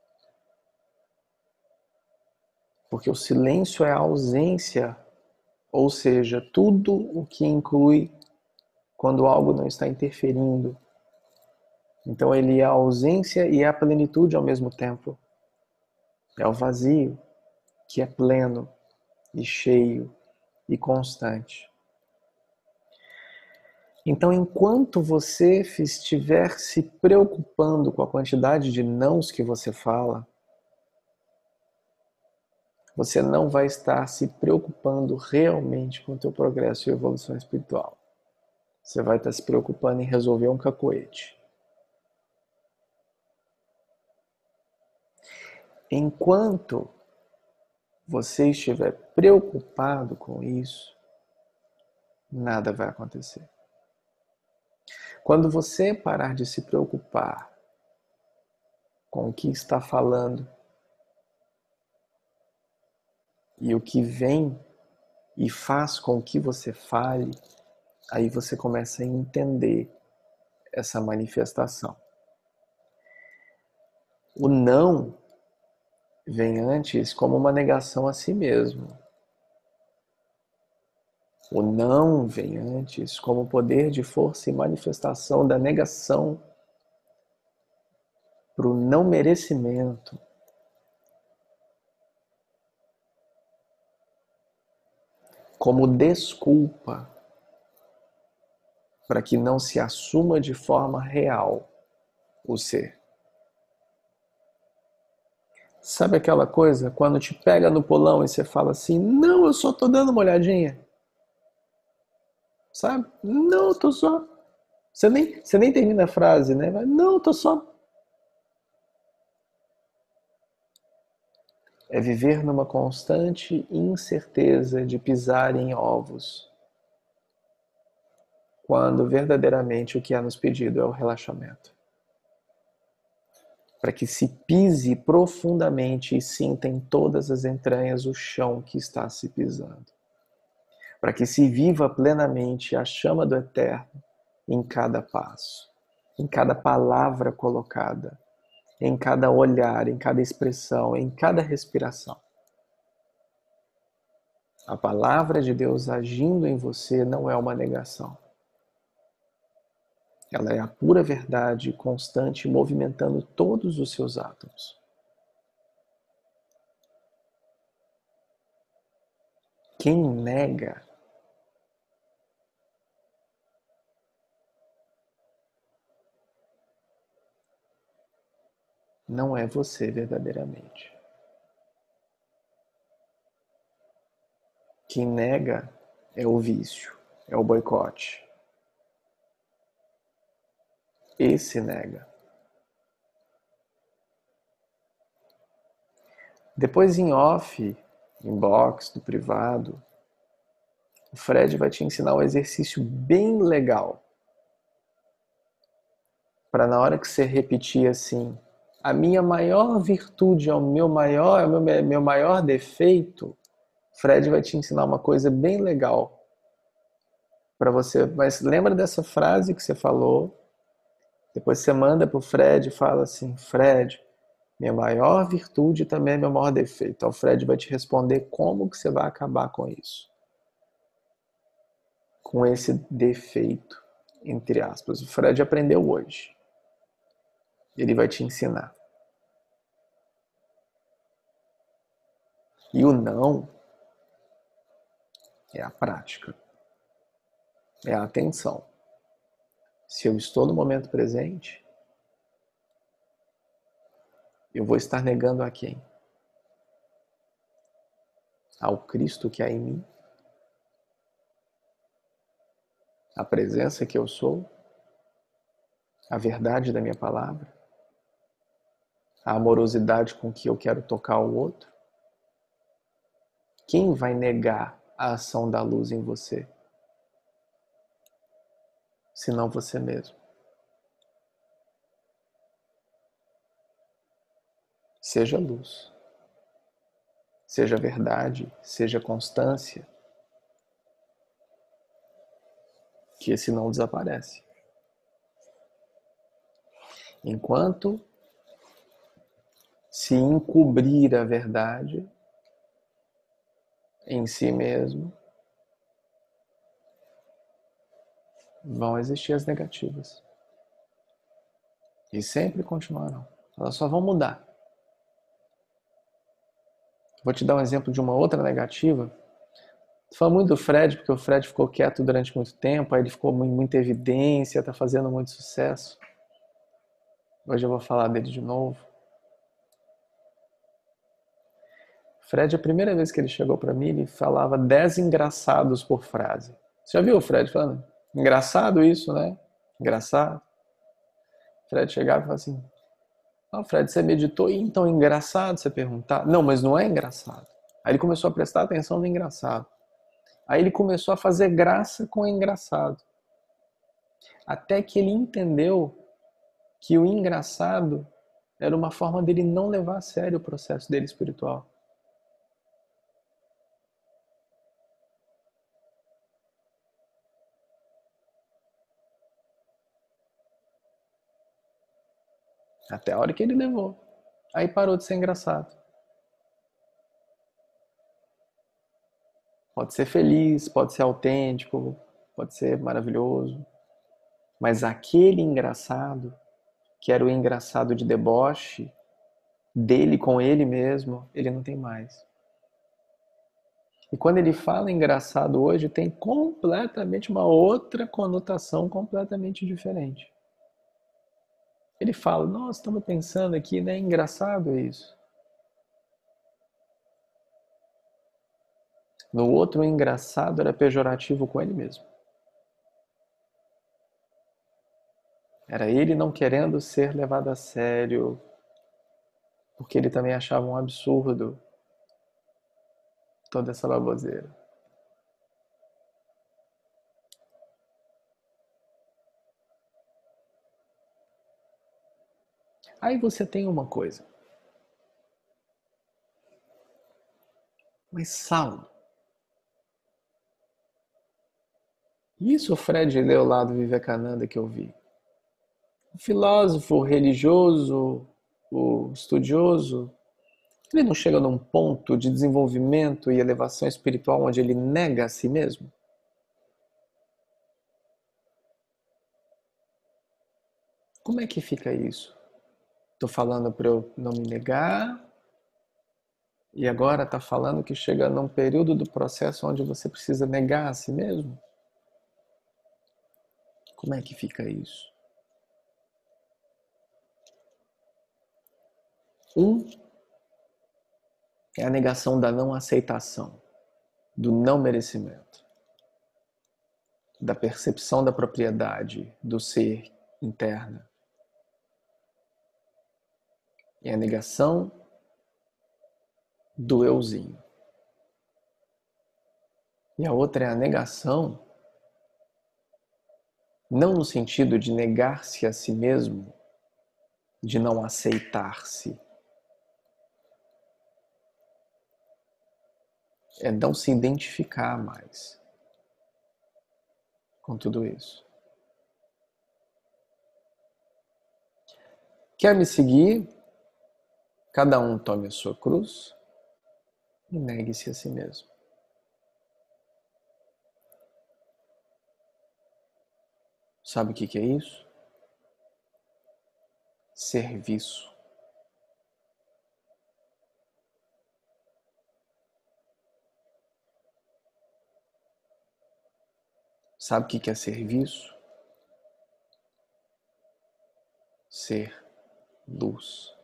Porque o silêncio é a ausência ou seja, tudo o que inclui quando algo não está interferindo. Então ele é a ausência e é a plenitude ao mesmo tempo. É o vazio que é pleno e cheio e constante. Então, enquanto você estiver se preocupando com a quantidade de nãos que você fala, você não vai estar se preocupando realmente com o teu progresso e evolução espiritual. Você vai estar se preocupando em resolver um cacoete. Enquanto você estiver preocupado com isso, nada vai acontecer. Quando você parar de se preocupar com o que está falando e o que vem e faz com que você fale, aí você começa a entender essa manifestação. O não vem antes como uma negação a si mesmo. O não vem antes como poder de força e manifestação da negação para o não merecimento. Como desculpa para que não se assuma de forma real o ser. Sabe aquela coisa, quando te pega no pulão e você fala assim, não, eu só tô dando uma olhadinha. Sabe? Não, eu tô só. Você nem, você nem termina a frase, né? Não, eu tô só. É viver numa constante incerteza de pisar em ovos, quando verdadeiramente o que é nos pedido é o relaxamento. Para que se pise profundamente e sinta em todas as entranhas o chão que está se pisando. Para que se viva plenamente a chama do eterno em cada passo, em cada palavra colocada, em cada olhar, em cada expressão, em cada respiração. A palavra de Deus agindo em você não é uma negação. Ela é a pura verdade constante movimentando todos os seus átomos. Quem nega não é você verdadeiramente. Quem nega é o vício, é o boicote. Esse nega. Depois em off, em box, do privado, o Fred vai te ensinar um exercício bem legal. Para na hora que você repetir assim, a minha maior virtude é o meu maior, é o meu, meu maior defeito, Fred vai te ensinar uma coisa bem legal para você. Mas lembra dessa frase que você falou? Depois você manda pro Fred e fala assim, Fred, minha maior virtude também é meu maior defeito. Então o Fred vai te responder como que você vai acabar com isso. Com esse defeito, entre aspas. O Fred aprendeu hoje. Ele vai te ensinar. E o não é a prática. É a atenção. Se eu estou no momento presente, eu vou estar negando a quem? Ao Cristo que há em mim? A presença que eu sou? A verdade da minha palavra? A amorosidade com que eu quero tocar o outro? Quem vai negar a ação da luz em você? Senão você mesmo. Seja luz, seja verdade, seja constância, que esse não desaparece. Enquanto se encobrir a verdade em si mesmo, vão existir as negativas. E sempre continuarão. Elas só vão mudar. Vou te dar um exemplo de uma outra negativa. Tô falando muito do Fred, porque o Fred ficou quieto durante muito tempo, aí ele ficou em muita evidência, está fazendo muito sucesso. Hoje eu vou falar dele de novo. Fred, a primeira vez que ele chegou para mim, ele falava dez engraçados por frase. Você já viu o Fred falando? Engraçado isso, né? Engraçado. O Fred chegava e falava assim, ah, Fred, você meditou e então é engraçado você perguntar? Não, mas não é engraçado. Aí ele começou a prestar atenção no engraçado. Aí ele começou a fazer graça com o engraçado. Até que ele entendeu que o engraçado era uma forma dele não levar a sério o processo dele espiritual. Até a hora que ele levou. Aí parou de ser engraçado. Pode ser feliz, pode ser autêntico, pode ser maravilhoso. Mas aquele engraçado, que era o engraçado de deboche, dele com ele mesmo, ele não tem mais. E quando ele fala engraçado hoje, tem completamente uma outra conotação completamente diferente. Ele fala, nossa, estamos pensando aqui, né? Engraçado isso. No outro, o engraçado era pejorativo com ele mesmo. Era ele não querendo ser levado a sério, porque ele também achava um absurdo toda essa baboseira. Aí você tem uma coisa. Mas Saulo, isso o Fred leu lá do Vivekananda que eu vi. O filósofo, o religioso, o estudioso, ele não chega num ponto de desenvolvimento e elevação espiritual onde ele nega a si mesmo? Como é que fica isso? Estou falando para eu não me negar e agora está falando que chega num período do processo onde você precisa negar a si mesmo? Como é que fica isso? Um é a negação da não aceitação, do não merecimento, da percepção da propriedade do ser interna. É a negação do euzinho. E a outra é a negação, não no sentido de negar-se a si mesmo, de não aceitar-se. É não se identificar mais com tudo isso. Quer me seguir? Cada um tome a sua cruz e negue-se a si mesmo. Sabe o que é isso? Serviço. Sabe o que é serviço? Ser luz.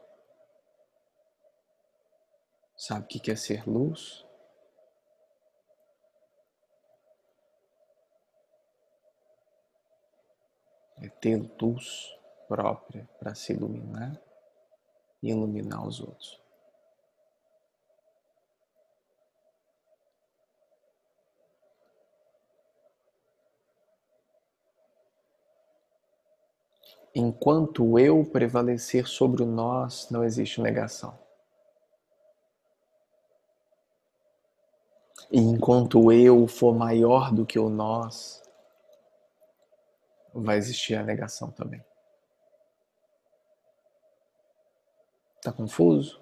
Sabe o que é ser luz? É ter luz própria para se iluminar e iluminar os outros. Enquanto o eu prevalecer sobre o nós, não existe negação. E enquanto o eu for maior do que o nós, vai existir a negação também. Tá confuso?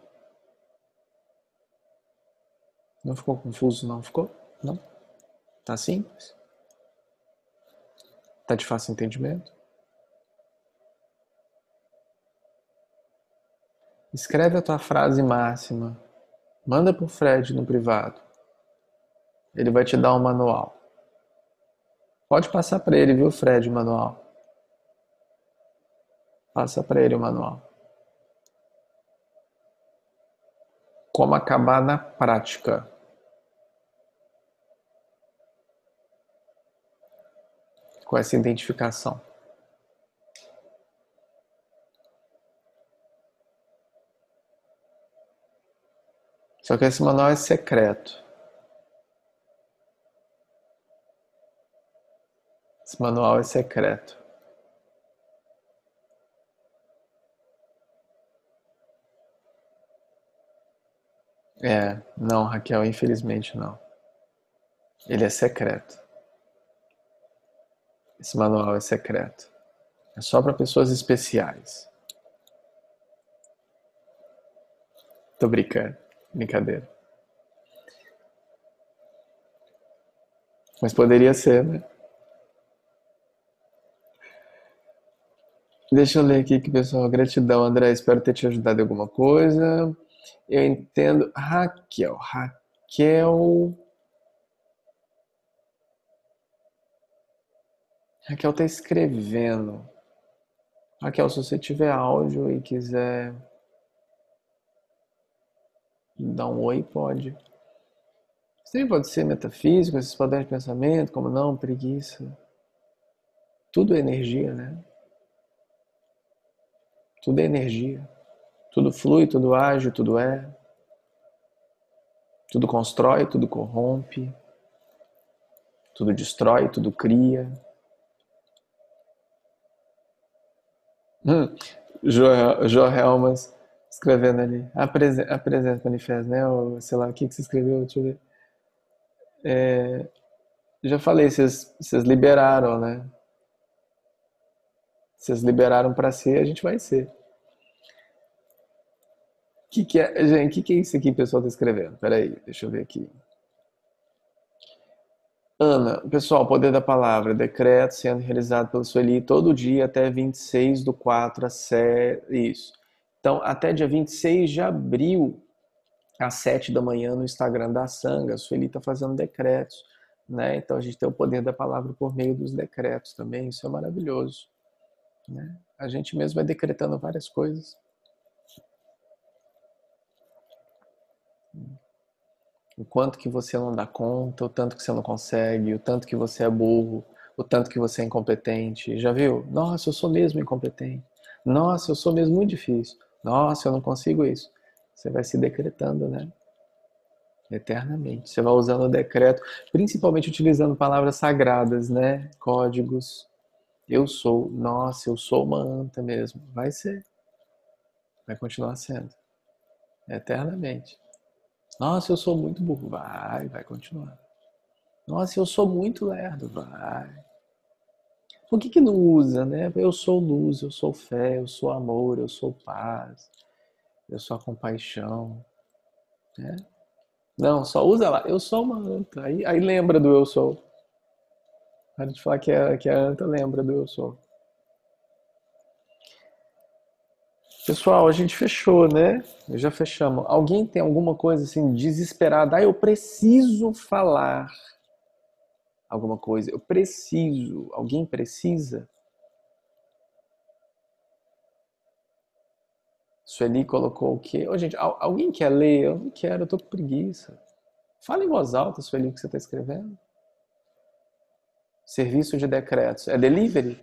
Não ficou confuso, não ficou? Não? Tá simples? Tá de fácil entendimento? Escreve a tua frase máxima. Manda pro Fred no privado. Ele vai te dar um manual. Pode passar para ele, viu, Fred, o manual. Passa para ele o manual. Como acabar na prática. Com essa identificação. Só que esse manual é secreto. Esse manual é secreto. É, não, Raquel, infelizmente não. Ele é secreto. Esse manual é secreto. É só para pessoas especiais. Tô brincando. Brincadeira. Mas poderia ser, né? Deixa eu ler aqui que pessoal, gratidão, André, espero ter te ajudado em alguma coisa. Eu entendo. Raquel, Raquel. Raquel tá escrevendo. Raquel, se você tiver áudio e quiser dar um oi, pode. Isso também pode ser metafísico, esses padrões de pensamento, como não, preguiça. Tudo é energia, né? Tudo é energia. Tudo flui, tudo age, tudo é. Tudo constrói, tudo corrompe. Tudo destrói, tudo cria. Hum, Jo Helmas escrevendo ali. Apresenta, apresenta manifesto, né? Ou, sei lá, o que, que você escreveu? Deixa eu ver. É, já falei, vocês, vocês liberaram, né? Vocês liberaram para ser, a gente vai ser. O que, que é, gente? O que, que é isso aqui que o pessoal está escrevendo? Peraí, deixa eu ver aqui. Ana, pessoal, poder da palavra, decreto sendo realizado pelo Sueli todo dia até vinte e seis do quatro às sete. Isso. Então, até dia vinte e seis de abril, às sete da manhã, no Instagram da Sangha, a Sueli está fazendo decretos, né? Então, a gente tem o poder da palavra por meio dos decretos também. Isso é maravilhoso, né? A gente mesmo vai decretando várias coisas. O quanto que você não dá conta, o tanto que você não consegue, o tanto que você é burro, o tanto que você é incompetente. Já viu? Nossa, eu sou mesmo incompetente. Nossa, eu sou mesmo muito difícil. Nossa, eu não consigo isso. Você vai se decretando, né? Eternamente. Você vai usando o decreto, principalmente utilizando palavras sagradas, né? Códigos. Eu sou. Nossa, eu sou uma anta mesmo. Vai ser. Vai continuar sendo. Eternamente. Nossa, eu sou muito burro. Vai, vai continuar. Nossa, eu sou muito lerdo. Vai. Por que que não usa, né? Eu sou luz, eu sou fé, eu sou amor, eu sou paz, eu sou a compaixão. Né? Não, só usa lá. Eu sou uma anta. Aí, aí lembra do eu sou. Para de falar que a, que a anta lembra do eu sou. Pessoal, a gente fechou, né? Já fechamos. Alguém tem alguma coisa assim desesperada? Ah, eu preciso falar alguma coisa. Eu preciso. Alguém precisa? Sueli colocou o quê? Ô, gente, alguém quer ler? Eu não quero, eu tô com preguiça. Fala em voz alta, Sueli, o que você está escrevendo. Serviço de decretos. É delivery?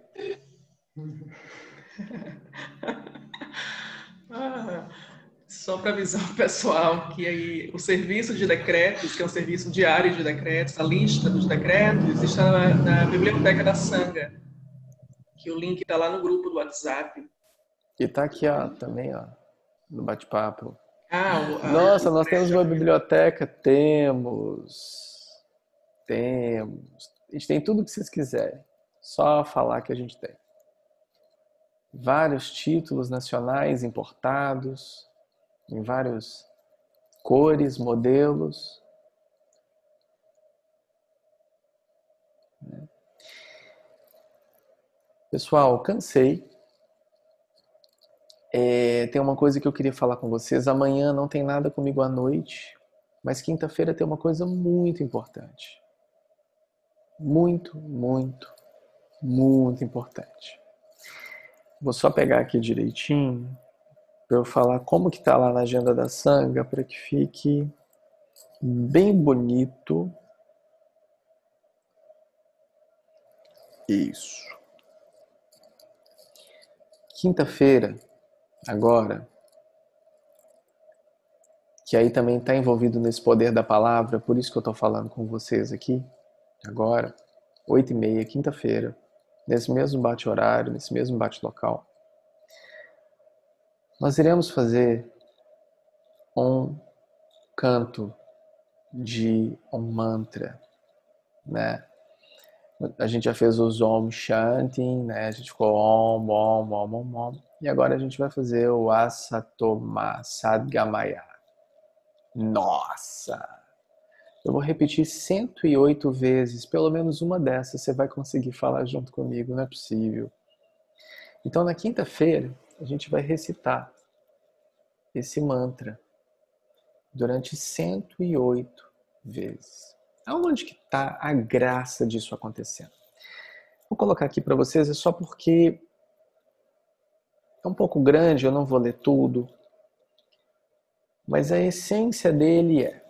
Ah, só para avisar o pessoal que aí o serviço de decretos, que é um serviço diário de decretos, a lista dos decretos, está na, na biblioteca da Sangha, que o link está lá no grupo do WhatsApp. E tá aqui, ó, também, ó, no bate-papo. Ah, o, a, Nossa, o nós temos uma biblioteca? Temos. Temos. A gente tem tudo que vocês quiserem. Só falar que a gente tem. Vários títulos nacionais importados, em várias cores, modelos. Pessoal, cansei. É, tem uma coisa que eu queria falar com vocês. Amanhã não tem nada comigo à noite, mas quinta-feira tem uma coisa muito importante. Muito, muito, muito importante. Vou só pegar aqui direitinho para eu falar como que tá lá na agenda da Sangha para que fique bem bonito. Isso. Quinta-feira, agora, que aí também está envolvido nesse poder da palavra, por isso que eu estou falando com vocês aqui, agora, oito e meia, quinta-feira, nesse mesmo bate-horário, nesse mesmo bate-local, nós iremos fazer um canto de um mantra, né? A gente já fez os Om Shanti, né? A gente ficou Om, Om, Om, Om, Om. E agora a gente vai fazer o Asatoma Sadgamaya. Nossa! Eu vou repetir cento e oito vezes, pelo menos uma dessas você vai conseguir falar junto comigo, não é possível. Então na quinta-feira a gente vai recitar esse mantra durante cento e oito vezes. Aonde que está a graça disso acontecendo? Vou colocar aqui para vocês, é só porque é um pouco grande, eu não vou ler tudo, mas a essência dele é: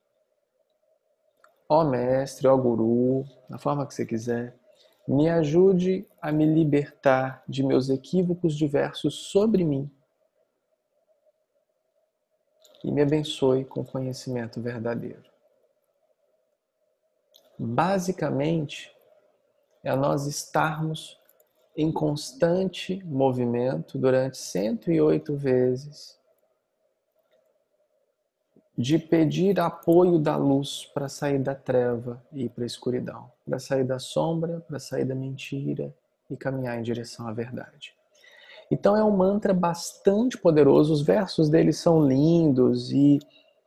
ó mestre, ó guru, da forma que você quiser, me ajude a me libertar de meus equívocos diversos sobre mim e me abençoe com conhecimento verdadeiro. Basicamente, é nós estarmos em constante movimento durante cento e oito vezes, de pedir apoio da luz para sair da treva e ir para a escuridão, para sair da sombra, para sair da mentira e caminhar em direção à verdade. Então é um mantra bastante poderoso, os versos dele são lindos e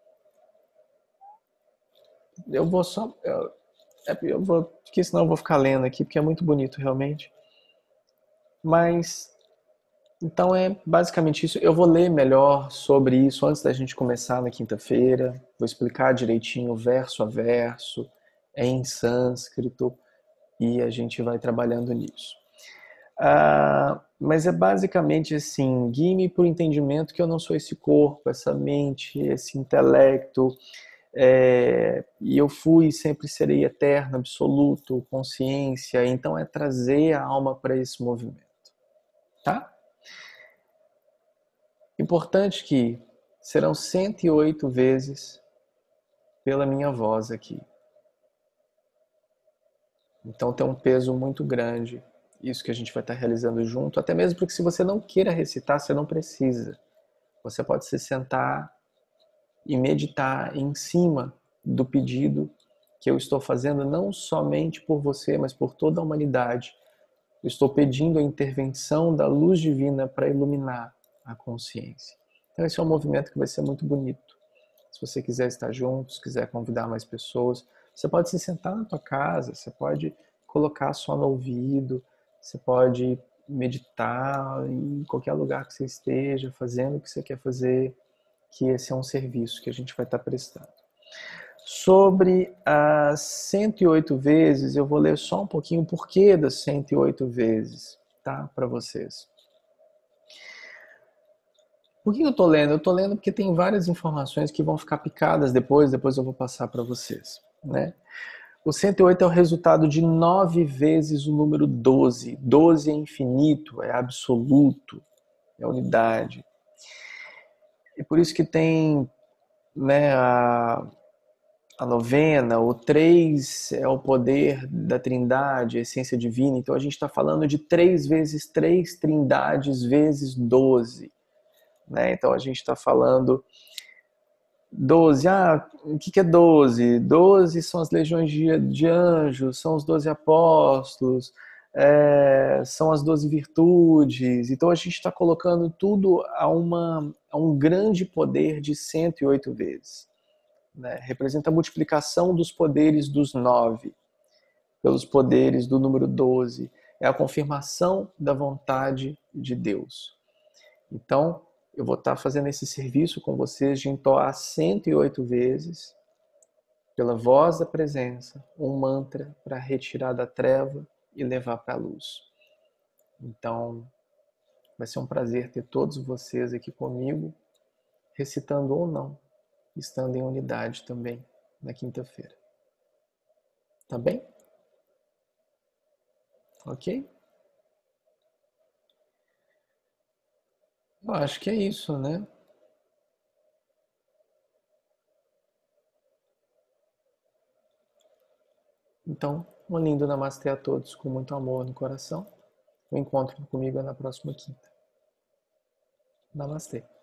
eu vou só... Eu, eu vou, porque senão eu vou ficar lendo aqui, porque é muito bonito realmente. Mas... Então é basicamente isso. Eu vou ler melhor sobre isso antes da gente começar na quinta-feira. Vou explicar direitinho verso a verso, em sânscrito, e a gente vai trabalhando nisso. Ah, mas é basicamente assim, guie-me por entendimento que eu não sou esse corpo, essa mente, esse intelecto, é, e eu fui e sempre serei eterno, absoluto, consciência. Então é trazer a alma para esse movimento. Tá? Importante que serão cento e oito vezes pela minha voz aqui. Então tem um peso muito grande isso que a gente vai estar realizando junto, até mesmo porque se você não queira recitar, você não precisa. Você pode se sentar e meditar em cima do pedido que eu estou fazendo, não somente por você, mas por toda a humanidade. Eu estou pedindo a intervenção da luz divina para iluminar a consciência. Então esse é um movimento que vai ser muito bonito. Se você quiser estar junto, se quiser convidar mais pessoas, você pode se sentar na tua casa, você pode colocar só no ouvido, você pode meditar em qualquer lugar que você esteja, fazendo o que você quer fazer, que esse é um serviço que a gente vai estar prestando. Sobre as cento e oito vezes, eu vou ler só um pouquinho o porquê das cento e oito vezes, tá? Para vocês. Por que eu estou lendo? Eu estou lendo porque tem várias informações que vão ficar picadas depois, depois eu vou passar para vocês, né? O cento e oito é o resultado de nove vezes o número doze. doze é infinito, é absoluto, é unidade. E por isso que tem, né, a, a novena, o três é o poder da trindade, a essência divina. Então a gente está falando de três vezes três trindades vezes doze. Né? Então a gente está falando doze, ah, o que é doze? doze são as legiões de, de anjos, são os doze apóstolos, é, são as doze virtudes. Então a gente está colocando tudo a, uma, a um grande poder de cento e oito vezes. Né? Representa a multiplicação dos poderes dos nove pelos poderes do número doze. é a confirmação da vontade de Deus. Então, eu vou estar fazendo esse serviço com vocês de entoar cento e oito vezes, pela voz da presença, um mantra para retirar da treva e levar para a luz. Então, vai ser um prazer ter todos vocês aqui comigo, recitando ou não, estando em unidade também na quinta-feira. Tá bem? Ok? Eu acho que é isso, né? Então, um lindo namastê a todos com muito amor no coração. O encontro comigo é na próxima quinta. Namastê.